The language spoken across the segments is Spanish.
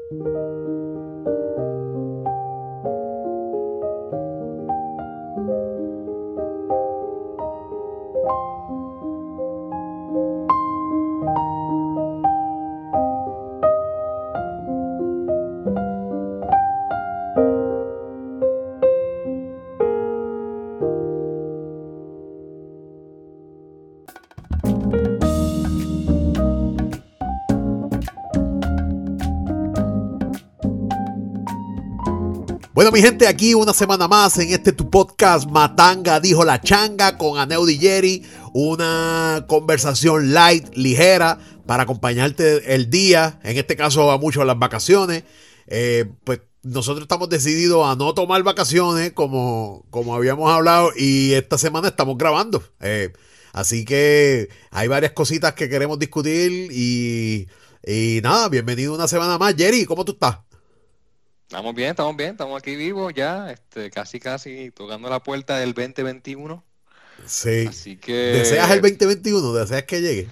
Bueno, mi gente, aquí una semana más en tu podcast Matanga Dijo la Changa con Aneudi Jerry. Una conversación light, ligera, para acompañarte el día. En este caso, a muchos las vacaciones. Pues nosotros estamos decididos a no tomar vacaciones como habíamos hablado. Y esta semana estamos grabando. Así que hay varias cositas que queremos discutir. Y nada, bienvenido una semana más. Jerry, ¿cómo tú estás? Estamos bien, estamos aquí vivos ya, casi tocando la puerta del 2021. Sí. Así ¿Deseas el que 2021? ¿Deseas que llegue?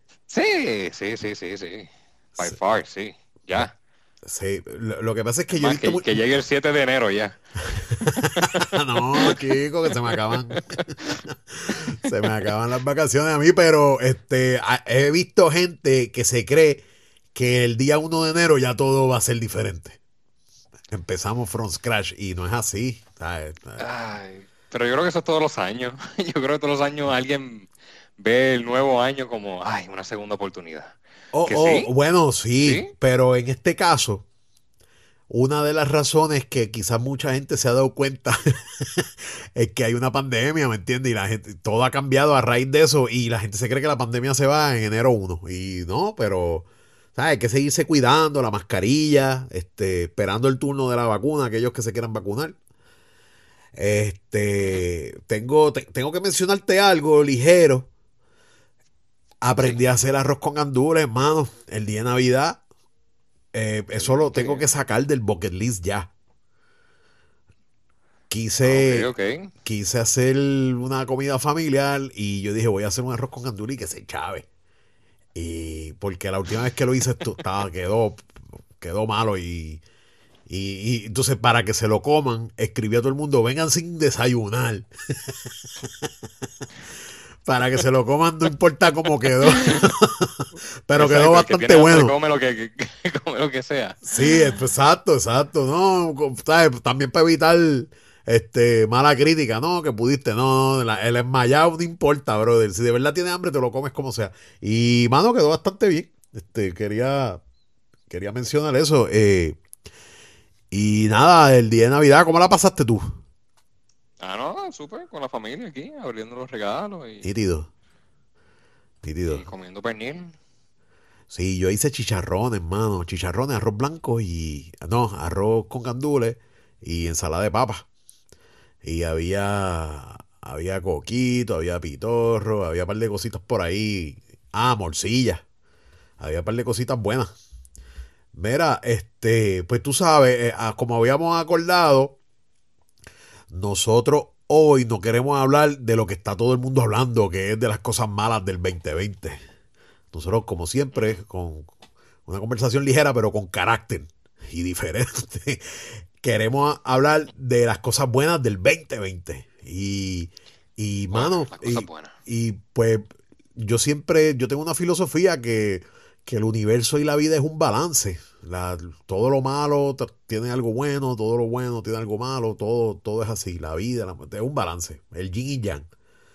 sí. By Sí. far, sí, ya. Sí. Lo que pasa es que Es yo he más, visto... que llegue el 7 de enero ya. No, chico, que se me acaban. Se me acaban las vacaciones a mí, pero he visto gente que se cree que el día 1 de enero ya todo va a ser diferente. Empezamos from scratch y no es así. ¿Sabes? Ay, pero yo creo que eso es todos los años. Yo creo que todos los años alguien ve el nuevo año como, ay, una segunda oportunidad. ¿Que sí? Bueno, sí, ¿Sí? pero en este caso, una de las razones que quizás mucha gente se ha dado cuenta es que hay una pandemia, ¿me entiendes? Y la gente, todo ha cambiado a raíz de eso y la gente se cree que la pandemia se va en enero 1. Y no, pero ¿sabes? Hay que seguirse cuidando, la mascarilla, esperando el turno de la vacuna, aquellos que se quieran vacunar. Ujú. Tengo que mencionarte algo ligero. Sí. Aprendí a hacer arroz con gandules, hermano, el día de Navidad. Qué Eso lo bien, qué tengo que bien. sacar del bucket list ya. Ah, ok, Quise, ok. quise hacer una comida familiar y yo dije, voy a hacer un arroz con gandules y que se chave. Y porque la última vez que lo hice quedó malo y entonces para que se lo coman, escribí a todo el mundo, vengan sin desayunar. Para que se lo coman, no importa cómo quedó. Pero quedó Exacto, el que bastante tiene hambre bueno. come lo que come lo que sea. Sí, exacto, no, ¿sabes? También para evitar mala crítica, no, que pudiste, no, el enmayado no importa, brother, si de verdad tienes hambre te lo comes como sea. Y mano, quedó bastante bien. Quería mencionar eso. Y nada, el día de Navidad, ¿cómo la pasaste tú? Ah, no, súper, con la familia aquí, abriendo los regalos Nítido, nítido. y comiendo pernil. Sí, yo hice chicharrones, hermano, chicharrones, arroz blanco y, no, arroz con gandules y ensalada de papas. Y había coquito, había pitorro, había un par de cositas por ahí. Ah, morcilla. Había un par de cositas buenas. Mira, pues tú sabes, como habíamos acordado, nosotros hoy no queremos hablar de lo que está todo el mundo hablando, que es de las cosas malas del 2020. Nosotros, como siempre, con una conversación ligera, pero con carácter y diferente, queremos hablar de las cosas buenas del 2020. Bueno, Mano, las cosas buenas. pues yo tengo una filosofía que el universo y la vida es un balance. Todo lo malo tiene algo bueno, todo lo bueno tiene algo malo, todo es así. La vida es un balance, el yin y yang.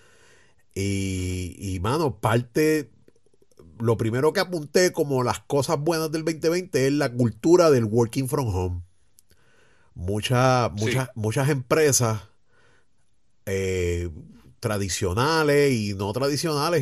Mano, lo primero que apunté como las cosas buenas del 2020 es la cultura del working from home. Sí, Muchas empresas eh, tradicionales y no tradicionales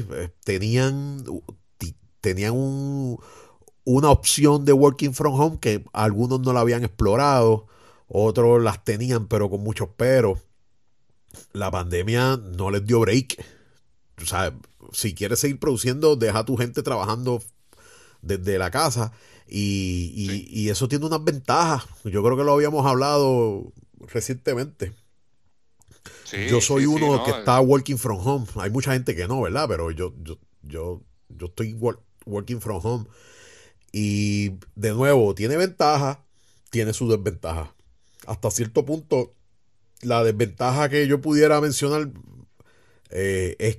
tenían una opción de working from home que algunos no la habían explorado, otros las tenían pero con muchos peros. La pandemia no les dio break. O sea, si quieres seguir produciendo, deja a tu gente trabajando desde la casa sí, y eso tiene unas ventajas. Yo creo que lo habíamos hablado recientemente. Yo sí, soy sí, sí, uno que ¿no? está working from home. Hay mucha gente que no, ¿verdad? Pero yo estoy working from home. Y de nuevo, tiene ventaja, tiene su desventaja. Hasta cierto punto, la desventaja que yo pudiera mencionar es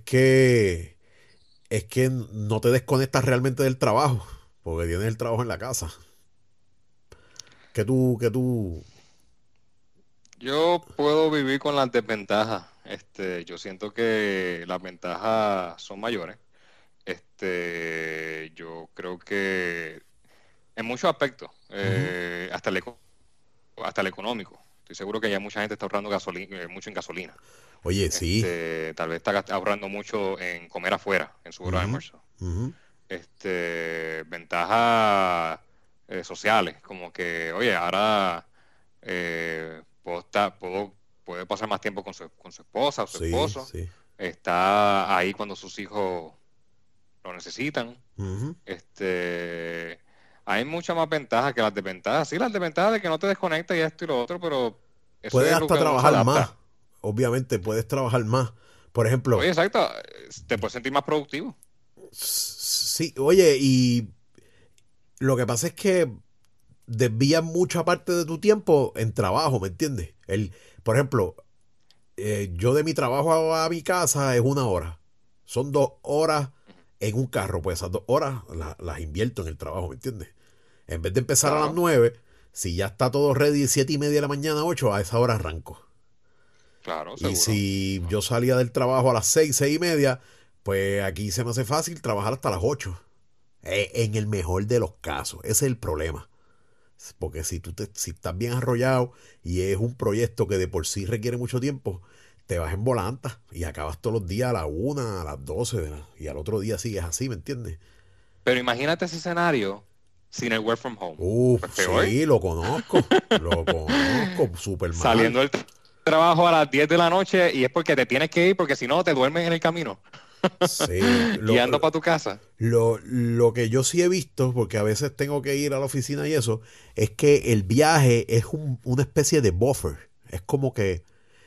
que no te desconectas realmente del trabajo, porque tienes el trabajo en la casa. Que tú. Yo puedo vivir con las desventajas. Yo siento que las ventajas son mayores. Yo creo que en muchos aspectos, Ujú. hasta el económico. Estoy seguro que ya mucha gente está ahorrando gasolina, mucho en gasolina. Oye, sí. Tal vez está ahorrando mucho en comer afuera, en su hora de Ujú, almuerzo. ujú. Ventajas sociales, como que, oye, ahora puede pasar más tiempo con su esposa o su Sí, esposo, sí. está ahí cuando sus hijos lo necesitan. Ujú. Este, Hay muchas más ventajas que las desventajas. Sí, las desventajas de que no te desconectas y esto y lo otro, pero eso Puedes es lo hasta que uno se trabajar más. adapta. Obviamente, puedes trabajar más. Por ejemplo, Oye, exacto, te puedes sentir más productivo. sí, oye, y lo que pasa es que desvías mucha parte de tu tiempo en trabajo, ¿me entiendes? Por ejemplo, yo de mi trabajo a mi casa es 1 hora. Son 2 horas Ujú. en un carro, pues esas 2 horas las invierto en el trabajo, ¿me entiendes? En vez de empezar a las Claro, 9, si ya está todo ready, 7:30 de la mañana, 8, a esa hora arranco. claro, Y seguro. si yo salía del trabajo a las 6, 6:30, pues aquí se me hace fácil trabajar hasta las 8. En el mejor de los casos. Ese es el problema. Porque si estás bien arrollado y es un proyecto que de por sí requiere mucho tiempo, te vas en volanta y acabas todos los días a la 1, a las 12 y al otro día sigues así, ¿me entiendes? Pero imagínate ese escenario sin el work from home. Pues peor. Sí, lo conozco, súper mal. Saliendo del trabajo a las 10 de la noche y es porque te tienes que ir porque si no te duermes en el camino, Sí, guiando para tu casa. lo que yo sí he visto, porque a veces tengo que ir a la oficina y eso, es que el viaje es una especie de buffer. Es como que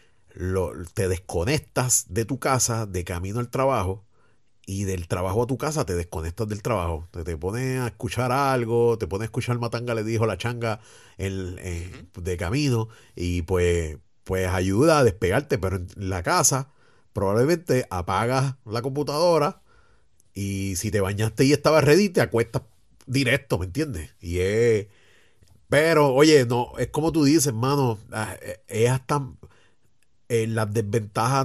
te desconectas de tu casa de camino al trabajo y del trabajo a tu casa te desconectas del trabajo. Te pones a escuchar algo, te pones a escuchar Matanga le dijo la changa Ujú. de camino y pues ayuda a despegarte, pero en la casa probablemente apagas la computadora y si te bañaste y estabas ready te acuestas directo, ¿me entiendes? Pero oye, no, es como tú dices, hermano, es hasta las desventajas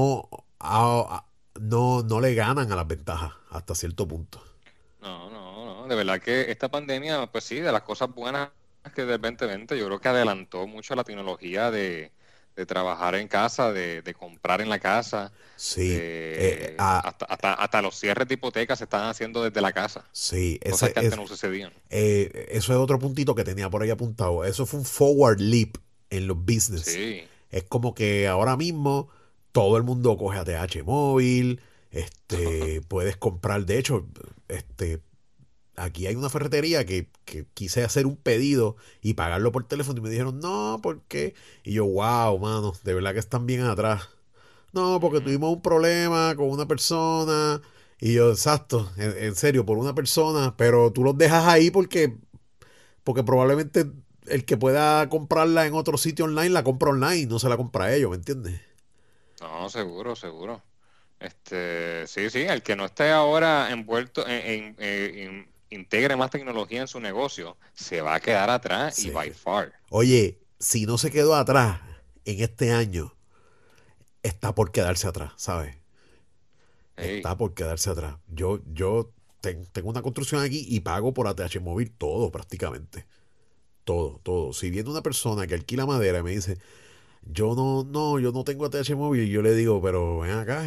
no le ganan a las ventajas hasta cierto punto. No, no, no. De verdad que esta pandemia, pues sí, de las cosas buenas que del 2020, yo creo que adelantó mucho la tecnología de trabajar en casa, de comprar en la casa, Sí, ah, hasta los cierres de hipotecas se están haciendo desde la casa, sí, cosas que antes no sucedían. eso es otro puntito que tenía por ahí apuntado. Eso fue un forward leap en los business. Sí. Es como que ahora mismo todo el mundo coge ATH móvil, puedes comprar, de hecho, este, aquí hay una ferretería que quise hacer un pedido y pagarlo por teléfono y me dijeron, no, ¿por qué? Y yo, wow, mano, de verdad que están bien atrás. No, porque Ujú. tuvimos un problema con una persona. Y yo, exacto, en serio, por una persona, pero tú los dejas ahí porque probablemente el que pueda comprarla en otro sitio online la compra online, no se la compra a ellos, ¿me entiendes? No, seguro, seguro. Sí, sí, el que no esté ahora envuelto integre más tecnología en su negocio, se va a quedar atrás y Sí. by far. Oye, si no se quedó atrás en este año, está por quedarse atrás, ¿sabes? Ey, Está por quedarse atrás. Yo tengo una construcción aquí y pago por ATH móvil todo prácticamente. Todo, todo. Si viene una persona que alquila madera y me dice, yo no tengo ATH móvil, y yo le digo, pero ven acá,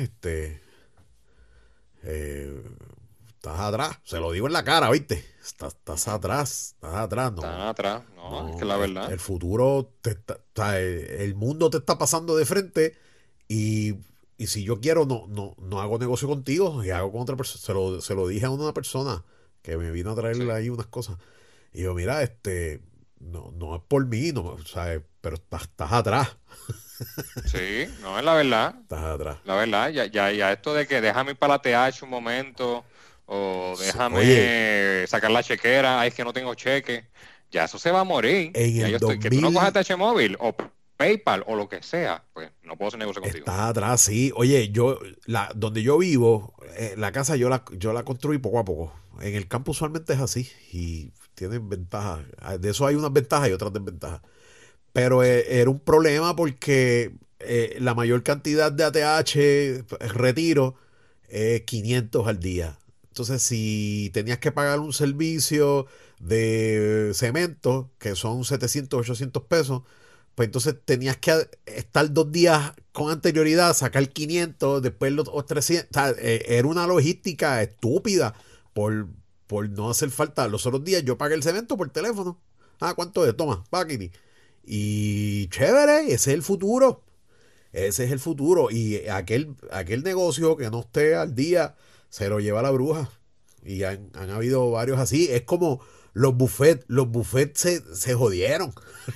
eh, estás atrás. Se lo digo en la cara, ¿viste? ujú, Estás atrás, están no. atrás, no, es que No, la verdad. el futuro el mundo te está pasando de frente y, y si yo quiero no hago negocio contigo y hago con otra persona. Se lo dije a una persona que me vino a traer Sí, ahí unas cosas. Y yo, mira, no es por mí, no, ¿sabes? Pero estás atrás. sí, no es la verdad. Estás atrás. La verdad, ya esto de que déjame ir para la TH un momento o Oye, déjame sacar la chequera, ay, es que no tengo cheque. Ya eso se va a morir. en Ya yo el estoy, que tú no cojas 2000 TH móvil o PayPal o lo que sea, pues no puedo hacer negocio contigo. está atrás, sí. Oye, donde yo vivo, la casa yo la construí poco a poco. En el campo usualmente es así y tienen ventajas. De eso hay unas ventajas y otras desventajas. Pero era un problema porque la mayor cantidad de ATH retiro es 500 al día. Entonces, si tenías que pagar un servicio de cemento, que son 700 800 pesos, pues entonces tenías que estar 2 días con anterioridad, sacar 500, después los 300. O sea, era una logística estúpida por, por no hacer falta. Los otros días yo pagué el cemento por teléfono. Ah, ¿cuánto es? Toma, paquiti. Y chévere, ese es el futuro. Ese es el futuro. Y aquel negocio que no esté al día se lo lleva la bruja. Y han habido varios así. Es como los buffets. Los buffets se jodieron.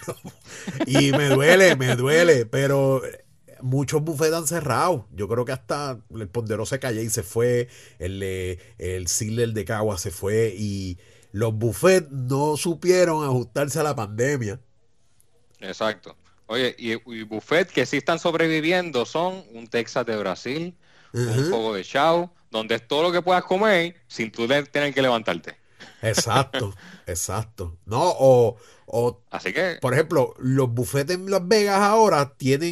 Y me duele. Pero muchos buffets han cerrado. Yo creo que hasta el Ponderosa Calle y se fue. El Sigler de Cagua se fue. Y los buffets no supieron ajustarse a la pandemia. Exacto. Oye, y buffet que sí están sobreviviendo son un Texas de Brasil, un Ujú. Fogo de Chao, donde es todo lo que puedas comer sin tú tener que levantarte. Exacto, exacto. No, o, Así que, por ejemplo, los buffetes en Las Vegas ahora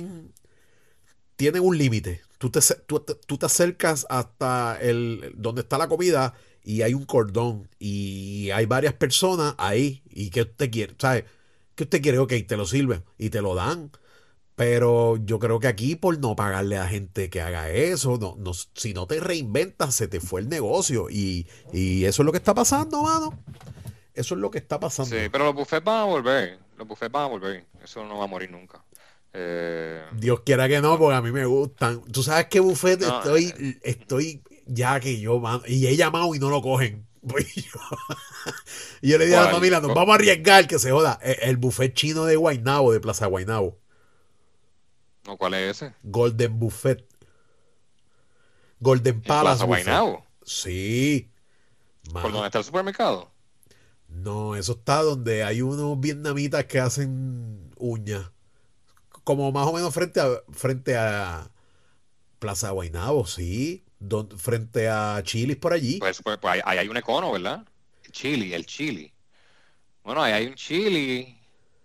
tienen un límite. Tú te acercas hasta donde está la comida y hay un cordón y hay varias personas ahí. ¿Y qué usted quiere? ¿Sabe? ¿Qué usted quiere? Ok, te lo sirven y te lo dan. Pero yo creo que aquí por no pagarle a gente que haga eso, si no te reinventas, se te fue el negocio. Y eso es lo que está pasando, mano. Eso es lo que está sí, pasando. pero los buffets van a volver. Los buffets van a volver. Eso no va a morir nunca. Dios quiera que no, No, porque a mí me gustan. Tú sabes qué buffet no, estoy ya que yo, mano, y he llamado y no lo cogen. Pues y yo le dije a la ¿cuál? familia, nos vamos a arriesgar que se joda. El buffet chino de Guaynabo, de Plaza Guaynabo. No, ¿cuál es ese? Golden Buffet. Golden En Palace Plaza Buffet. Guaynabo. Sí, ¿Por mano. donde está el supermercado? No, eso está donde hay unos vietnamitas que hacen uñas. Como más o menos frente a Plaza Guaynabo, sí. Frente a Chilis por allí. Pues ahí hay un Econo, ¿verdad? El Chili. Bueno, ahí hay un Chili.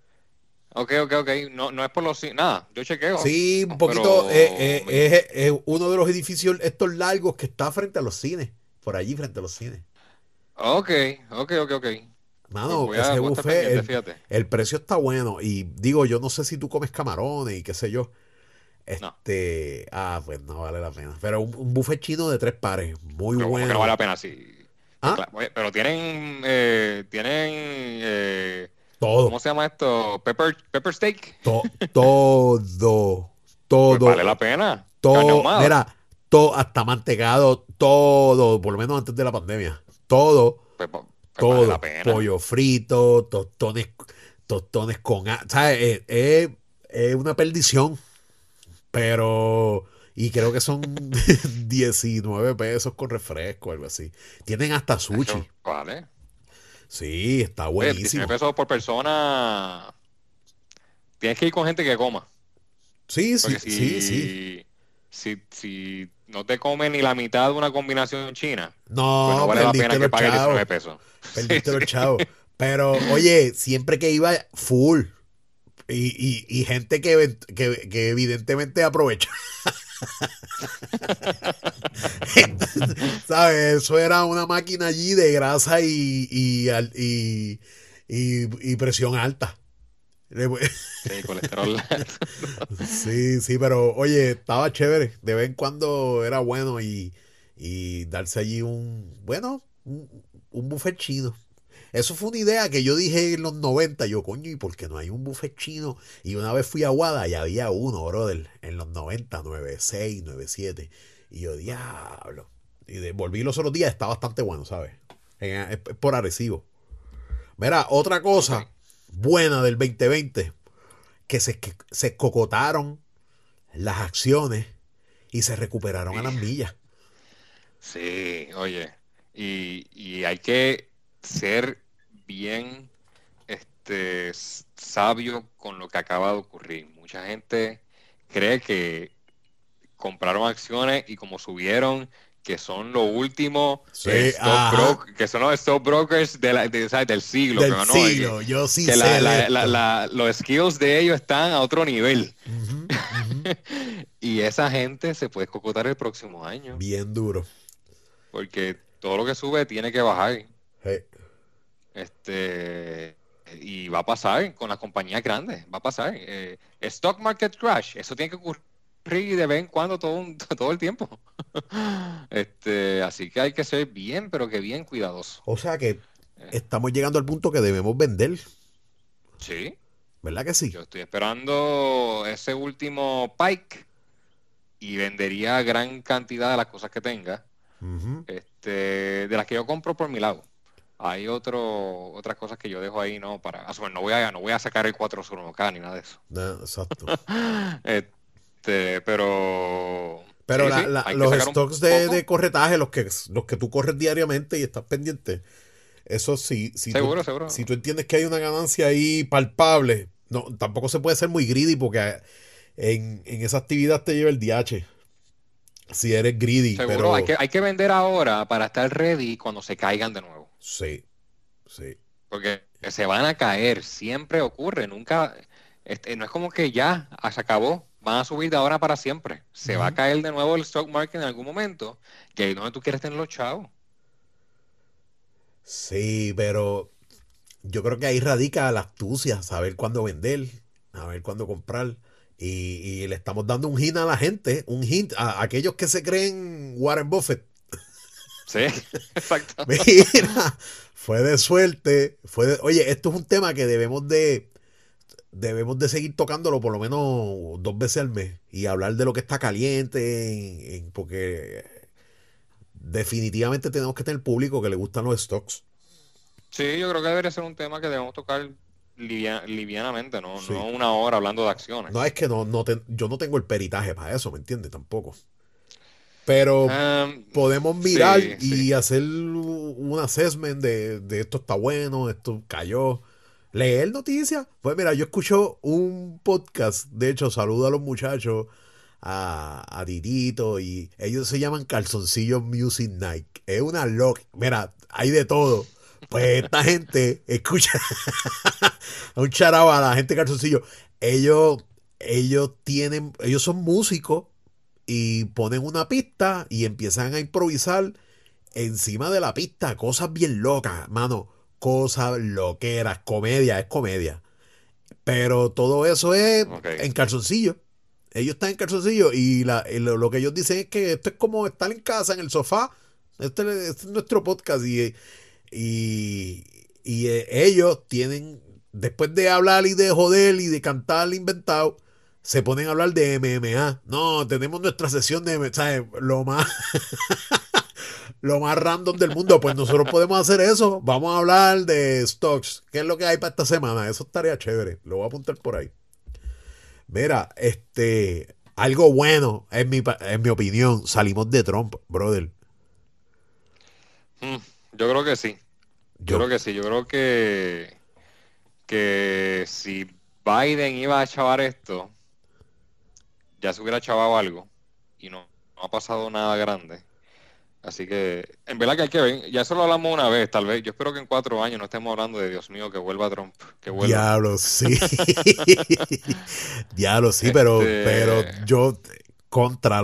Ok. No, no es por los... Nada, yo chequeo. Sí, un poquito. Pero... Es uno de los edificios estos largos que está frente a los cines. Por allí, frente a los cines. Ok, ok. Pues Mano, voy ese a estar buffet, pendiente, fíjate. el precio está bueno. Y digo, yo no sé si tú comes camarones y qué sé yo. No, Pues no vale la pena. Pero un buffet chino de 3 pares, muy pero como que no vale bueno. la pena, sí. Pues Ah, claro, oye, pero ¿cómo todo. se llama esto? Pepper steak. Todo. Pues vale Todo. la pena. Carne Todo. ahumada. Mira, todo, hasta mantecado, todo. Por lo menos antes de la pandemia. Todo. Pues vale la Todo. pena. Pollo frito, tostones ¿sabes? Es una perdición. Pero. Y creo que son 19 pesos con refresco, algo así. Tienen hasta sushi. Eso vale. Sí, está Oye, 19 buenísimo. pesos por persona. Tienes que ir con gente que coma. Sí, Porque sí, sí, sí. si no te comes ni la mitad de una combinación china, pues no No, vale la pena perdiste que los pagues 19 chavos. pesos. Sí, Perdiste sí. los chavos. Pero, oye, siempre que iba, full. Y gente que evidentemente aprovecha. ¿Sabes? Eso era una máquina allí de grasa y presión alta. Sí, colesterol. Sí, sí, pero oye, estaba chévere. De vez en cuando era bueno y darse allí un buffet chino. Eso fue una idea que yo dije en los 90. Yo, coño, ¿y por qué no hay un buffet chino? Y una vez fui a Aguada y había uno, brother, en los 90, 96, 97. Y yo, diablo. Y volví los otros días, está bastante bueno, ¿sabes? Es por Arecibo. Mira, otra Ok. cosa buena del 2020, que se cocotaron las acciones y se recuperaron a las Sí, millas. sí, oye. Y hay que ser bien sabio con lo que acaba de ocurrir. Mucha gente cree que compraron acciones y como subieron, que son lo último, Sí, ajá. que son los stockbrokers ¿sabes? Del siglo, Del pero no, siglo, yo sí que sé de esto. los skills de ellos están a otro nivel. Ujú, ujú. Y esa gente se puede cocotar el próximo año, Bien duro. porque todo lo que sube tiene que bajar. Sí. Este, y va a pasar con las compañías grandes, va a pasar. Stock market crash, eso tiene que ocurrir de vez en cuando todo el tiempo. Así que hay que ser bien, pero que bien cuidadoso. O sea que Eh, estamos llegando al punto que debemos vender, sí, ¿verdad que sí? yo estoy esperando ese último Pike y vendería gran cantidad de las cosas que tenga, Ujú. de las que yo compro por mi lado. Hay otras cosas que yo dejo ahí, no para, bueno, no voy a sacar el 401k ni nada de eso. Exacto. Pero Pero sí, sí, hay que los sacar un stocks de poco. corretaje, los que tú corres diariamente y estás pendiente, eso sí, Seguro, si seguro. tú entiendes que hay una ganancia ahí palpable, no, tampoco se puede ser muy greedy porque en esa actividad te lleva el DH. Si eres greedy, Seguro, pero hay que vender ahora para estar ready cuando se caigan de nuevo. sí, sí. Porque se van a caer, siempre ocurre, nunca, no es como que ya se acabó, van a subir de ahora para siempre. Se va a Ujú. caer de nuevo el stock market en algún momento, que ahí es donde tú quieres tener los chavos. Sí, pero yo creo que ahí radica la astucia, saber cuándo vender, saber cuándo comprar. Y le estamos dando un hint a la gente, un hint a aquellos que se creen Warren Buffett. Sí, exacto. Mira, fue de suerte. Oye, esto es un tema que debemos de seguir tocándolo por lo menos 2 veces al mes y hablar de lo que está caliente, porque definitivamente tenemos que tener público que le gustan los stocks. Sí, yo creo que debería ser un tema que debemos tocar livianamente, ¿no? Sí. No una hora hablando de No es acciones. que yo no tengo el peritaje para eso, ¿me entiendes? Tampoco. Pero podemos mirar Sí, sí. y hacer un assessment de esto está bueno, esto cayó. Leer noticias. Pues mira, yo escucho un podcast, de hecho, saludo a los muchachos, a Titito, y ellos se llaman Calzoncillos Music Night. Es una loca. Mira, hay de todo. Pues esta gente escucha un charaba a la gente Calzoncillo. Ellos, ellos son músicos y ponen una pista y empiezan a improvisar encima de la pista cosas bien locas, mano, cosas loqueras, comedia, es comedia. Pero todo eso es Ok. en calzoncillo. Ellos están en calzoncillo y lo que ellos dicen es que esto es como estar en casa, en el sofá. Este es nuestro podcast y, ellos tienen, después de hablar y de joder y de cantar inventado, se ponen a hablar de MMA. No, tenemos nuestra sesión de MMA, ¿sabes? Lo más random del mundo. Pues nosotros podemos hacer eso. Vamos a hablar de stocks. ¿Qué es lo que hay para esta semana? Eso estaría chévere. Lo voy a apuntar por ahí. Mira, algo bueno, en mi opinión, salimos de Trump, brother. Mm, yo creo que sí. Yo Yo, creo que sí. Yo creo que si Biden iba a chavar esto, ya se hubiera chavado algo y no ha pasado nada grande. Así que, en verdad que hay que ver, ya eso lo hablamos una vez, tal vez. Yo espero que en 4 años no estemos hablando de Dios mío, que vuelva Trump, que vuelva. diablo, sí. Diablo, sí, pero Este, yo contra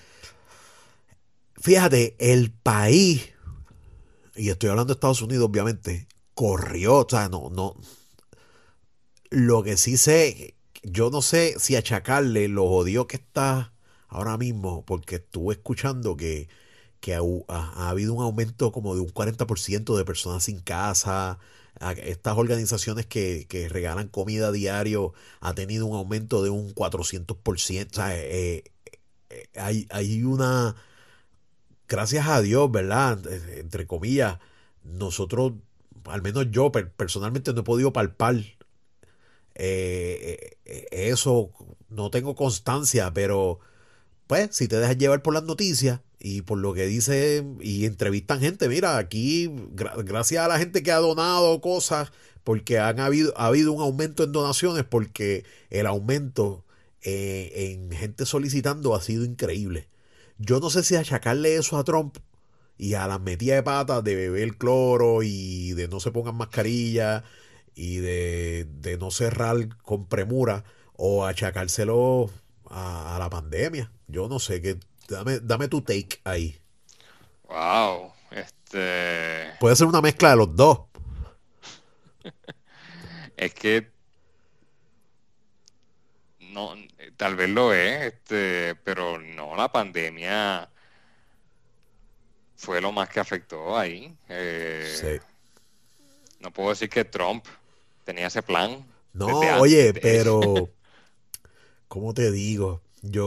fíjate, el país, y estoy hablando de Estados Unidos, obviamente, corrió, o sea, no, lo que sí sé, yo no sé si achacarle lo jodido que está ahora mismo, porque estuve escuchando que ha habido un aumento como de un 40% de personas sin casa. Estas organizaciones que regalan comida a diario ha tenido un aumento de un 400%. O sea, hay una, gracias a Dios, ¿verdad? Entre comillas, nosotros, al menos yo personalmente no he podido palpar eso, no tengo constancia, pero pues, si te dejas llevar por las noticias y por lo que dice y entrevistan gente, mira, aquí, gracias a la gente que ha donado cosas, porque ha habido un aumento en donaciones, porque el aumento en gente solicitando ha sido increíble. Yo no sé si achacarle eso a Trump y a las metidas de patas de beber cloro y de no se pongan mascarilla y de no cerrar con premura, o achacárselo a la pandemia. Yo no sé, dame tu take ahí. Wow, Puede ser una mezcla de los dos. es que no, tal vez lo es, pero no, la pandemia fue lo más que afectó ahí. Sí. No puedo decir que Trump tenía ese plan No, desde oye, antes. pero ¿cómo te digo?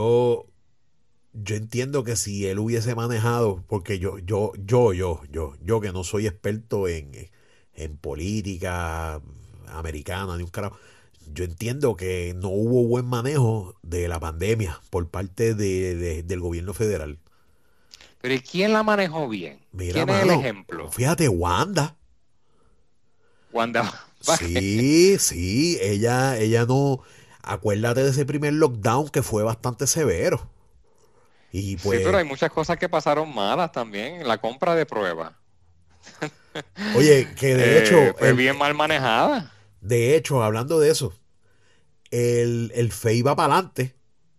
Yo entiendo que si él hubiese manejado, porque yo que no soy experto en política americana ni un carajo, yo entiendo que no hubo buen manejo de la pandemia por parte del gobierno federal. Pero ¿y quién la manejó bien? Mira, ¿Quién es el mano, ejemplo? fíjate, Wanda. Wanda Vázquez. Sí, ella no. Acuérdate de ese primer lockdown que fue bastante severo. Y Sí, pero pues, hay muchas cosas que pasaron malas también. La compra de pruebas oye, que de hecho, fue bien mal manejada. hablando de eso, el FEI va para adelante.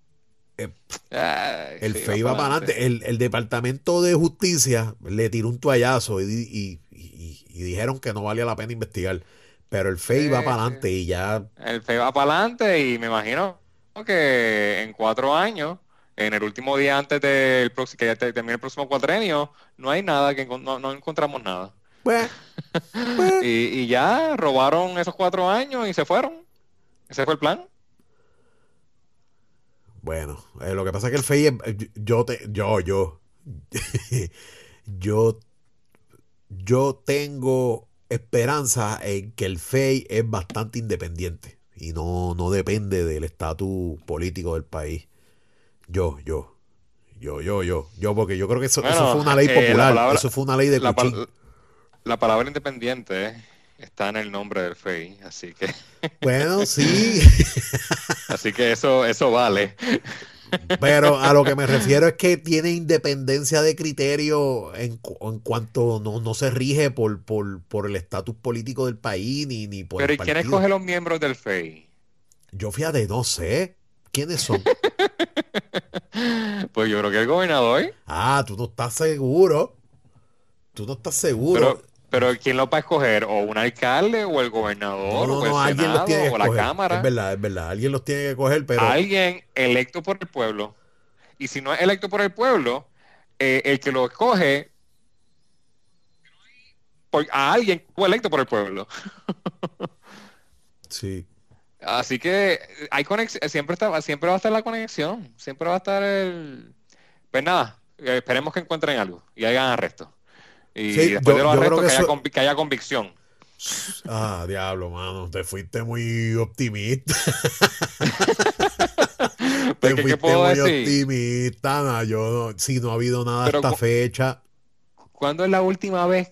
Ay, El sí, va FEI va para para adelante. adelante. El Departamento de Justicia le tiró un toallazo y dijeron que no valía la pena investigar. Pero el FEI va Sí, para sí. adelante y ya. El FE va para adelante y me imagino que en 4 años, en el último día antes del próximo, que ya termine el próximo cuatrenio, no hay nada, no encontramos nada. Pues, pues. Y ya robaron esos 4 años y se fueron. Ese fue el plan. Bueno, lo que pasa es que el FEI es, yo, yo tengo esperanza en que el FEI es bastante independiente y no depende del estatus político del país. Porque yo creo que eso fue Bueno, una ley la popular, palabra, eso fue una ley de la, Cuchín. pal- la palabra independiente está en el nombre del FEI, Bueno, sí, así que eso vale. pero a lo que me refiero es que tiene independencia de criterio en cuanto no se rige por el estatus político del país ni por el Pero ¿y quién partido. escoge los miembros del FEI? Yo fíjate, no sé quiénes son. Pues yo creo que el gobernador. Ah, tú no estás seguro. Tú no estás seguro. Pero ¿quién lo va a escoger? ¿O un alcalde, o el No, gobernador, no, o el no, alguien los tiene Senado, que o la escoger. Cámara? Es verdad. Alguien los tiene que coger, pero. Alguien electo por el pueblo. Y si no es electo por el pueblo, el que lo escoge a alguien fue electo por el pueblo. Sí. Así que hay conexión, siempre va a estar la conexión, siempre va a estar el. Pues nada, esperemos que encuentren algo y hagan arresto. Y Sí, después de los yo creo arrestos que que haya, eso. que haya convicción. Ah, diablo, mano. Te fuiste muy optimista. Pues, Te ¿qué fuiste puedo muy decir? optimista. No, si no ha habido nada Pero hasta fecha. ¿cuándo es la última vez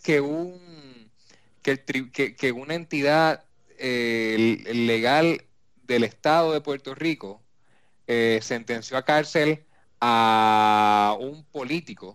que una entidad legal del Estado de Puerto Rico sentenció a cárcel a un político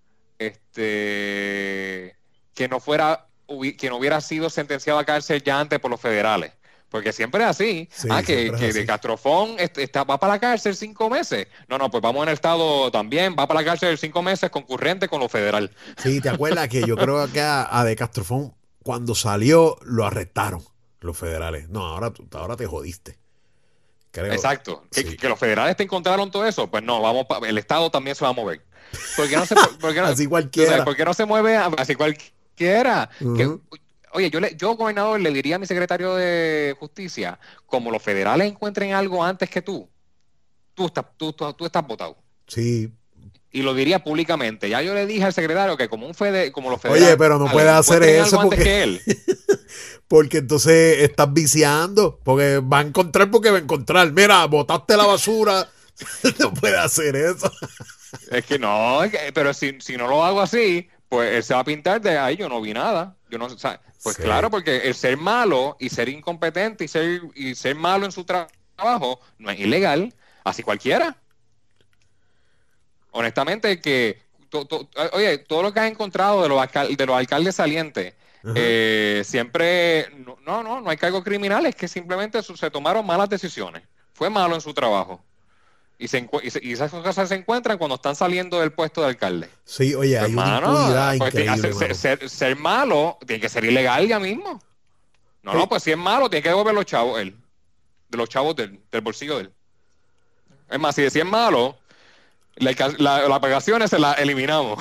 que no hubiera sido sentenciado a cárcel ya antes por los federales? Porque siempre es así. Sí, Que siempre es de así. Castrofón va para la cárcel 5 meses. No, pues vamos en el Estado también. Va para la cárcel 5 meses concurrente con lo federal. Sí, ¿te acuerdas que yo creo que a De Castrofón, cuando salió, lo arrestaron los federales? No, ahora te jodiste. Creo. Exacto. Sí. Que los federales te encontraron todo eso. Pues no, el Estado también se va a mover. ¿Por qué no se, por qué no, Así tú sabes, cualquiera. ¿por qué no se mueve así cualquiera? Ujú. Oye, yo, gobernador, le diría a mi secretario de Justicia, como los federales encuentren algo antes que tú estás votado. Sí. Y lo diría públicamente. Ya yo le dije al secretario que como los Oye, federales pero no puedes hacer encuentren eso algo antes que él. porque entonces estás viciando. Porque va a encontrar porque va a encontrar. Mira, botaste la basura No puede hacer eso. Es que no, pero si no lo hago así, pues él se va a pintar de ahí, yo no vi nada. Yo no, o sea, pues Sí. claro, porque el ser malo y ser incompetente y ser malo en su trabajo no es ilegal, así cualquiera. Honestamente, oye, todo lo que has encontrado de los alcaldes salientes, Ajá. siempre, no hay cargos criminales, que simplemente se tomaron malas decisiones. Fue malo en su trabajo. Y esas cosas se encuentran cuando están saliendo del puesto de alcalde. Sí, oye, Pues, hay una mano, impunidad pues, increíble, mano. ser malo tiene que ser ilegal ya mismo. No, Sí. pues si es malo, tiene que devolver los chavos él. De los chavos del bolsillo de él. Es más, si es malo, las pagaciones se las eliminamos.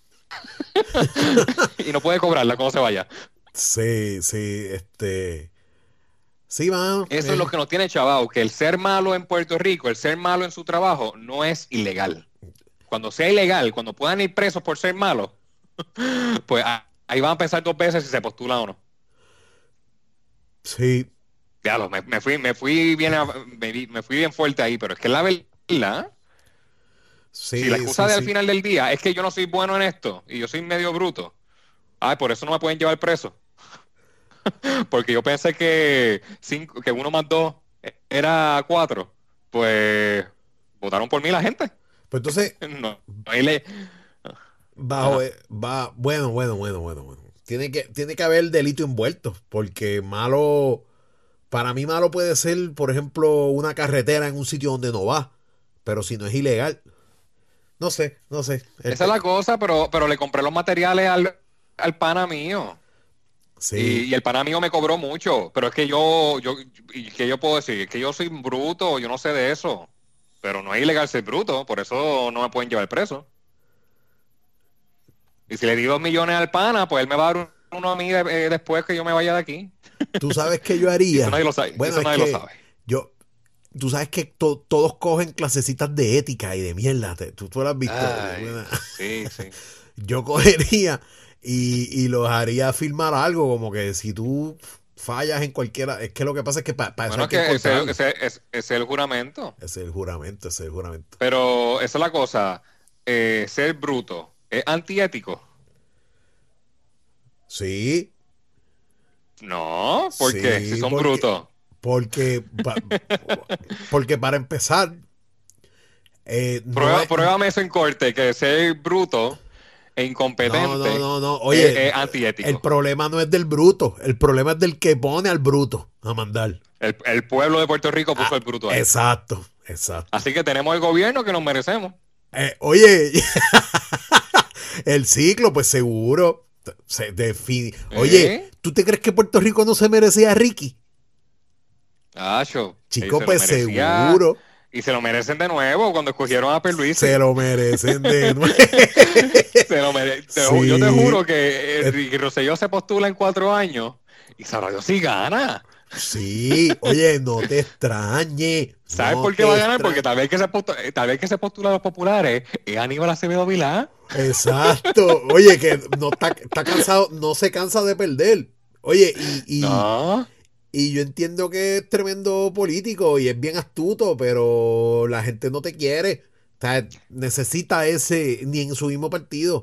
Y no puede cobrarla cuando se vaya. Sí, sí, sí, mano. Eso es lo que nos tiene chavado, que el ser malo en Puerto Rico, el ser malo en su trabajo, no es ilegal. Cuando sea ilegal, cuando puedan ir presos por ser malos, pues ahí van a pensar dos veces si se postulan o no. Sí, Diablo, me fui bien, me fui bien fuerte ahí, pero es que la verdad, si la sí, excusa sí, del sí. final del día es que yo no soy bueno en esto y yo soy medio bruto, ay, por eso no me pueden llevar preso. Porque yo pensé que uno más dos era cuatro, pues votaron por mí la gente. Pues entonces, No, no hay ley. bajo, Ajá. bueno. Tiene que haber delito envuelto, porque malo, para mí malo puede ser, por ejemplo, una carretera en un sitio donde no va, pero si no es ilegal, no sé, Esa es la cosa, pero le compré los materiales al pana mío. Y, sí, y el pana mío me cobró mucho, pero es que ¿y qué yo puedo decir? Es que yo soy bruto, yo no sé de eso. Pero no es ilegal ser bruto, por eso no me pueden llevar preso. Y si le di 2 millones al pana, pues él me va a dar uno a mí después que yo me vaya de aquí. tú sabes que yo Y eso haría, nadie lo sabe, bueno, eso es nadie lo que sabe. yo, tú sabes que todos cogen clasecitas de ética y de mierda, tú lo has visto. Ay, sí, sí. Yo cogería y los haría firmar algo, como que si tú fallas en cualquiera, es que lo que pasa es que para eso Bueno, hay es que que encontrarlo. ese es el juramento. Ese es el juramento, ese es el juramento. Pero esa es la cosa. Ser bruto es antiético. Sí, No, ¿por qué? Si sí, son brutos. porque, pa- porque para empezar, no es, Pruébame eso en corte, que ser bruto e incompetente no, es, oye, es el antiético. problema no es del bruto, el problema es del que pone al bruto a mandar. El pueblo de Puerto Rico puso Ah, el bruto ahí. exacto, exacto. Así que tenemos el gobierno que nos merecemos. Oye, el ciclo, pues seguro. Se define. Oye, ¿Eh? ¿tú te crees que Puerto Rico no se merecía a Ricky? Acho, Chico, se lo pues merecía seguro. y se lo merecen de nuevo cuando escogieron a Se Pierluisi. lo merecen de nuevo. Yo te Sí, juro que Ricky Rosselló se postula en 4 años y sabrá Dios si gana. sí. Oye, no te extrañe. ¿Sabes No por qué va te a ganar? Porque extrañe. tal vez que se postula a los populares es Aníbal Acevedo Vilá. Exacto. Oye, que no está cansado, no se cansa de perder. Oye, No. y yo entiendo que es tremendo político y es bien astuto, pero la gente no te quiere. O sea, necesita ese, ni en su mismo partido.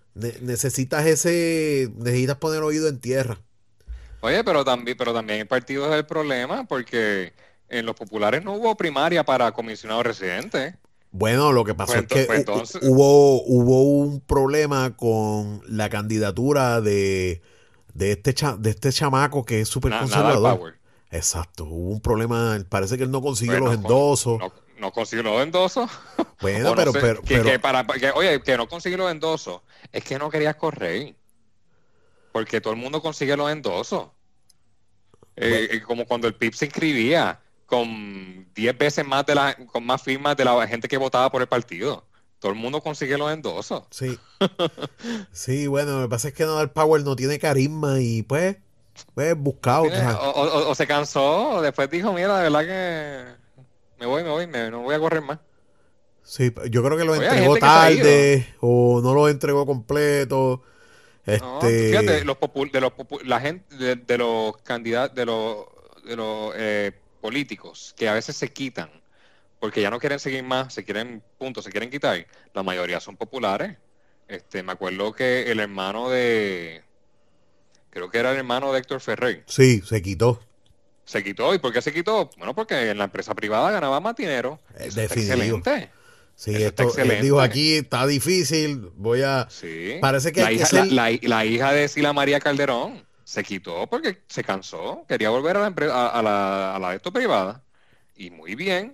Necesitas poner oído en tierra. Oye, pero también el partido es el problema porque en los populares no hubo primaria para comisionado residente. Bueno, lo que pasó Pues, es que pues entonces, hubo un problema con la candidatura de este chamaco que es súper nada al conservador. power. Exacto, hubo un problema, parece que él no consiguió Pues los endosos. no consiguió los endosos. Bueno, O no sé, oye, que no consiguió los endosos. Es que no querías correr. Porque todo el mundo consigue los endosos. bueno, Como cuando el PIB se inscribía con 10 veces más con más firmas de la gente que votaba por el partido. Todo el mundo consigue los endosos. sí, sí, bueno, lo que pasa es que Nadal Power no tiene carisma y pues No buscado, o tiene, sea, o se cansó, o después dijo, mira, de verdad que no voy a correr más. sí, yo creo que lo Oye, hay entregó gente que se ha ido. tarde o no lo entregó completo. No, fíjate, Este, la gente de los candidatos, de los políticos que a veces se quitan porque ya no quieren seguir más, se quieren quitar. La mayoría son populares. Me acuerdo que el hermano creo que era el hermano de Héctor Ferrer, Sí, se quitó. se quitó. ¿Y por qué se quitó? Bueno, porque en la empresa privada ganaba más dinero. Y eso está Definitivo. excelente. Sí, Eso está esto, él dijo excelente. aquí está difícil, Sí. Parece que hay La que hija, ser... la hija de Sila María Calderón se quitó porque se cansó, quería volver a la empresa, a la de esto privada. Y muy bien.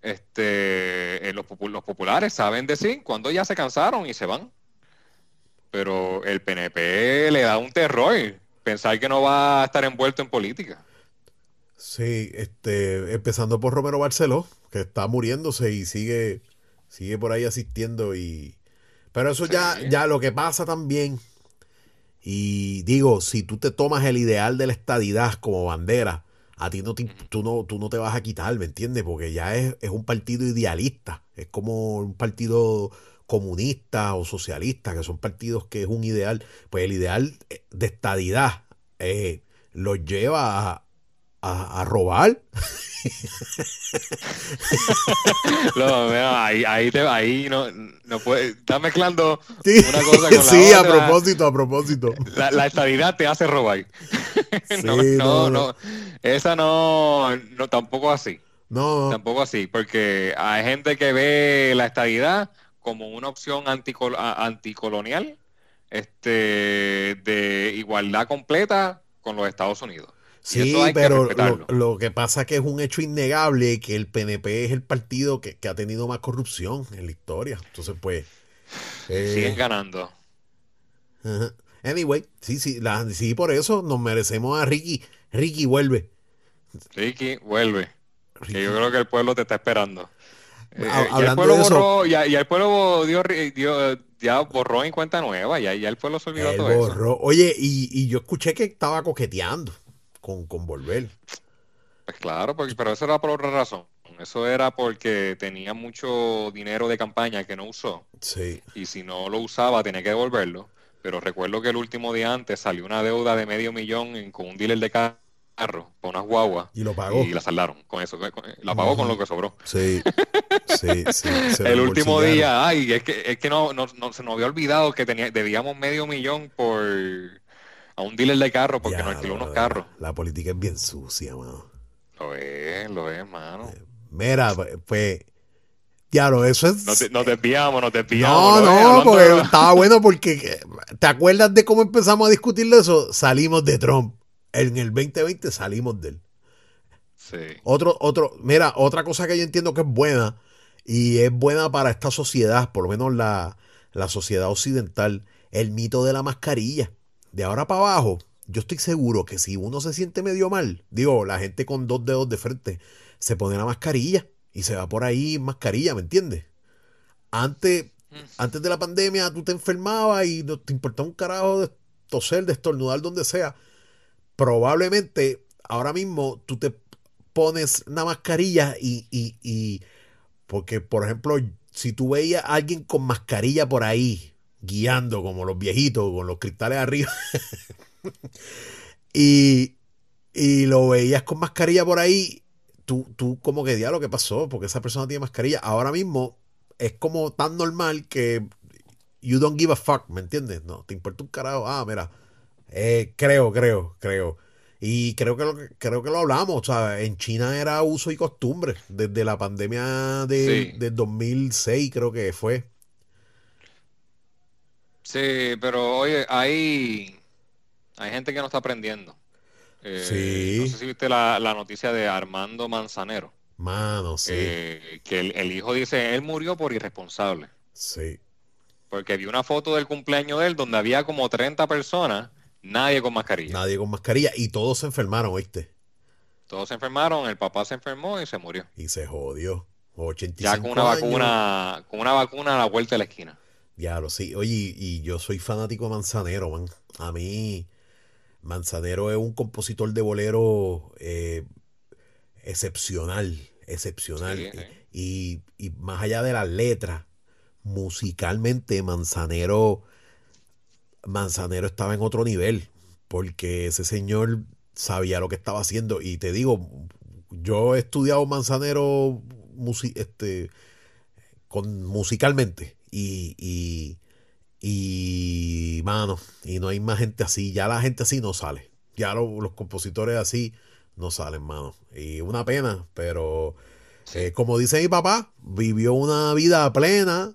Los populares saben decir cuando ya se cansaron y se van. Pero el PNP le da un terror pensar que no va a estar envuelto en política. Sí, empezando por Romero Barceló, que está muriéndose y sigue por ahí asistiendo pero eso Sí. ya lo que pasa también, y digo, si tú te tomas el ideal de la estadidad como bandera, a ti Ujú. tú no te vas a quitar, ¿me entiendes? Porque ya es un partido idealista, es como un partido comunista o socialista, que son partidos que es un ideal, pues el ideal de estadidad los lleva a robar. No, mira, ahí no puede, estás mezclando Sí, una cosa con la sí, otra. a propósito. La estadidad te hace robar. No, Sí, no, no, no, no. Esa no, tampoco así. no, Tampoco así, porque hay gente que ve la estadidad como una opción anticolonial, de igualdad completa con los Estados Unidos. Y eso sí, hay que pero respetarlo. lo que pasa es que es un hecho innegable que el PNP es el partido que ha tenido más corrupción en la historia. Entonces, pues, Siguen eh, ganando. ajá. Anyway, sí, por eso nos merecemos a Ricky. Ricky, vuelve. Ricky, vuelve, que yo Ricky, creo que el pueblo te está esperando. Ya el hablando pueblo de eso, borró, ya el pueblo ya borró en cuenta nueva, ya el pueblo se olvidó él todo eso. borró. Oye, y yo escuché que estaba coqueteando con volver. Pues claro, pero eso era por otra razón. Eso era porque tenía mucho dinero de campaña que no usó. Sí. Y si no lo usaba, tenía que devolverlo. Pero recuerdo que el último día antes salió una deuda de $500,000 con un dealer de carro, con unas guaguas, Y lo y pagó. la saldaron con eso. La pagó con lo Ujú. que sobró. Sí, sí, se lo El último embolsillaron. día, ay, es que se nos había olvidado que debíamos $500,000 a un dealer de carro porque nos Ya, alquiló unos brother, carros. la política es bien sucia, mano. Lo es, mano. Mira, pues, diablo, eso es... Nos desviamos, No, ¿lo ves? no, Hablando de porque estaba bueno porque... ¿Te acuerdas de cómo empezamos a discutir de eso? Salimos de Trump. En el 2020 salimos de él. Sí. Mira, otra cosa que yo entiendo que es buena, y es buena para esta sociedad, por lo menos la sociedad occidental, el mito de la mascarilla. De ahora para abajo, yo estoy seguro que si uno se siente medio mal, digo, la gente con dos dedos de frente, se pone la mascarilla y se va por ahí en mascarilla, ¿me entiendes? Antes, antes de la pandemia, tú te enfermabas y no te importaba un carajo de toser, de estornudar, donde sea. Probablemente ahora mismo tú te pones una mascarilla porque, por ejemplo, si tú veías a alguien con mascarilla por ahí, guiando como los viejitos, con los cristales arriba, y, y lo veías con mascarilla por ahí, tú como que, diablo, ¿qué pasó? Porque esa persona tiene mascarilla. Ahora mismo es como tan normal que you don't give a fuck, ¿me entiendes? No, te importa un carajo. Ah, mira, creo. Y creo que lo hablamos, o sea, en China era uso y costumbre, desde la pandemia Sí, del 2006 creo que fue. sí, pero oye, hay gente que no está aprendiendo. No sé Sí, si viste la noticia de Armando Manzanero, mano, sí, que el hijo dice, él murió por irresponsable, sí. porque vi una foto del cumpleaños de él donde había como 30 personas, nadie con mascarilla. Nadie con mascarilla y todos se enfermaron, ¿oíste? Todos se enfermaron, el papá se enfermó y se murió. Y se jodió. Ya 85 años. con una vacuna a la vuelta de la esquina. Diablo, sí. Oye, y yo soy fanático de Manzanero, man. A mí, Manzanero es un compositor de bolero excepcional, excepcional. Sí, sí. Y más allá de las letras, musicalmente Manzanero estaba en otro nivel, porque ese señor sabía lo que estaba haciendo. Y te digo, yo he estudiado Manzanero musicalmente. Mano, y no hay más gente así. Ya la gente así no sale. Ya los compositores así no salen, mano. Y una pena, pero Sí. como dice mi papá, vivió una vida plena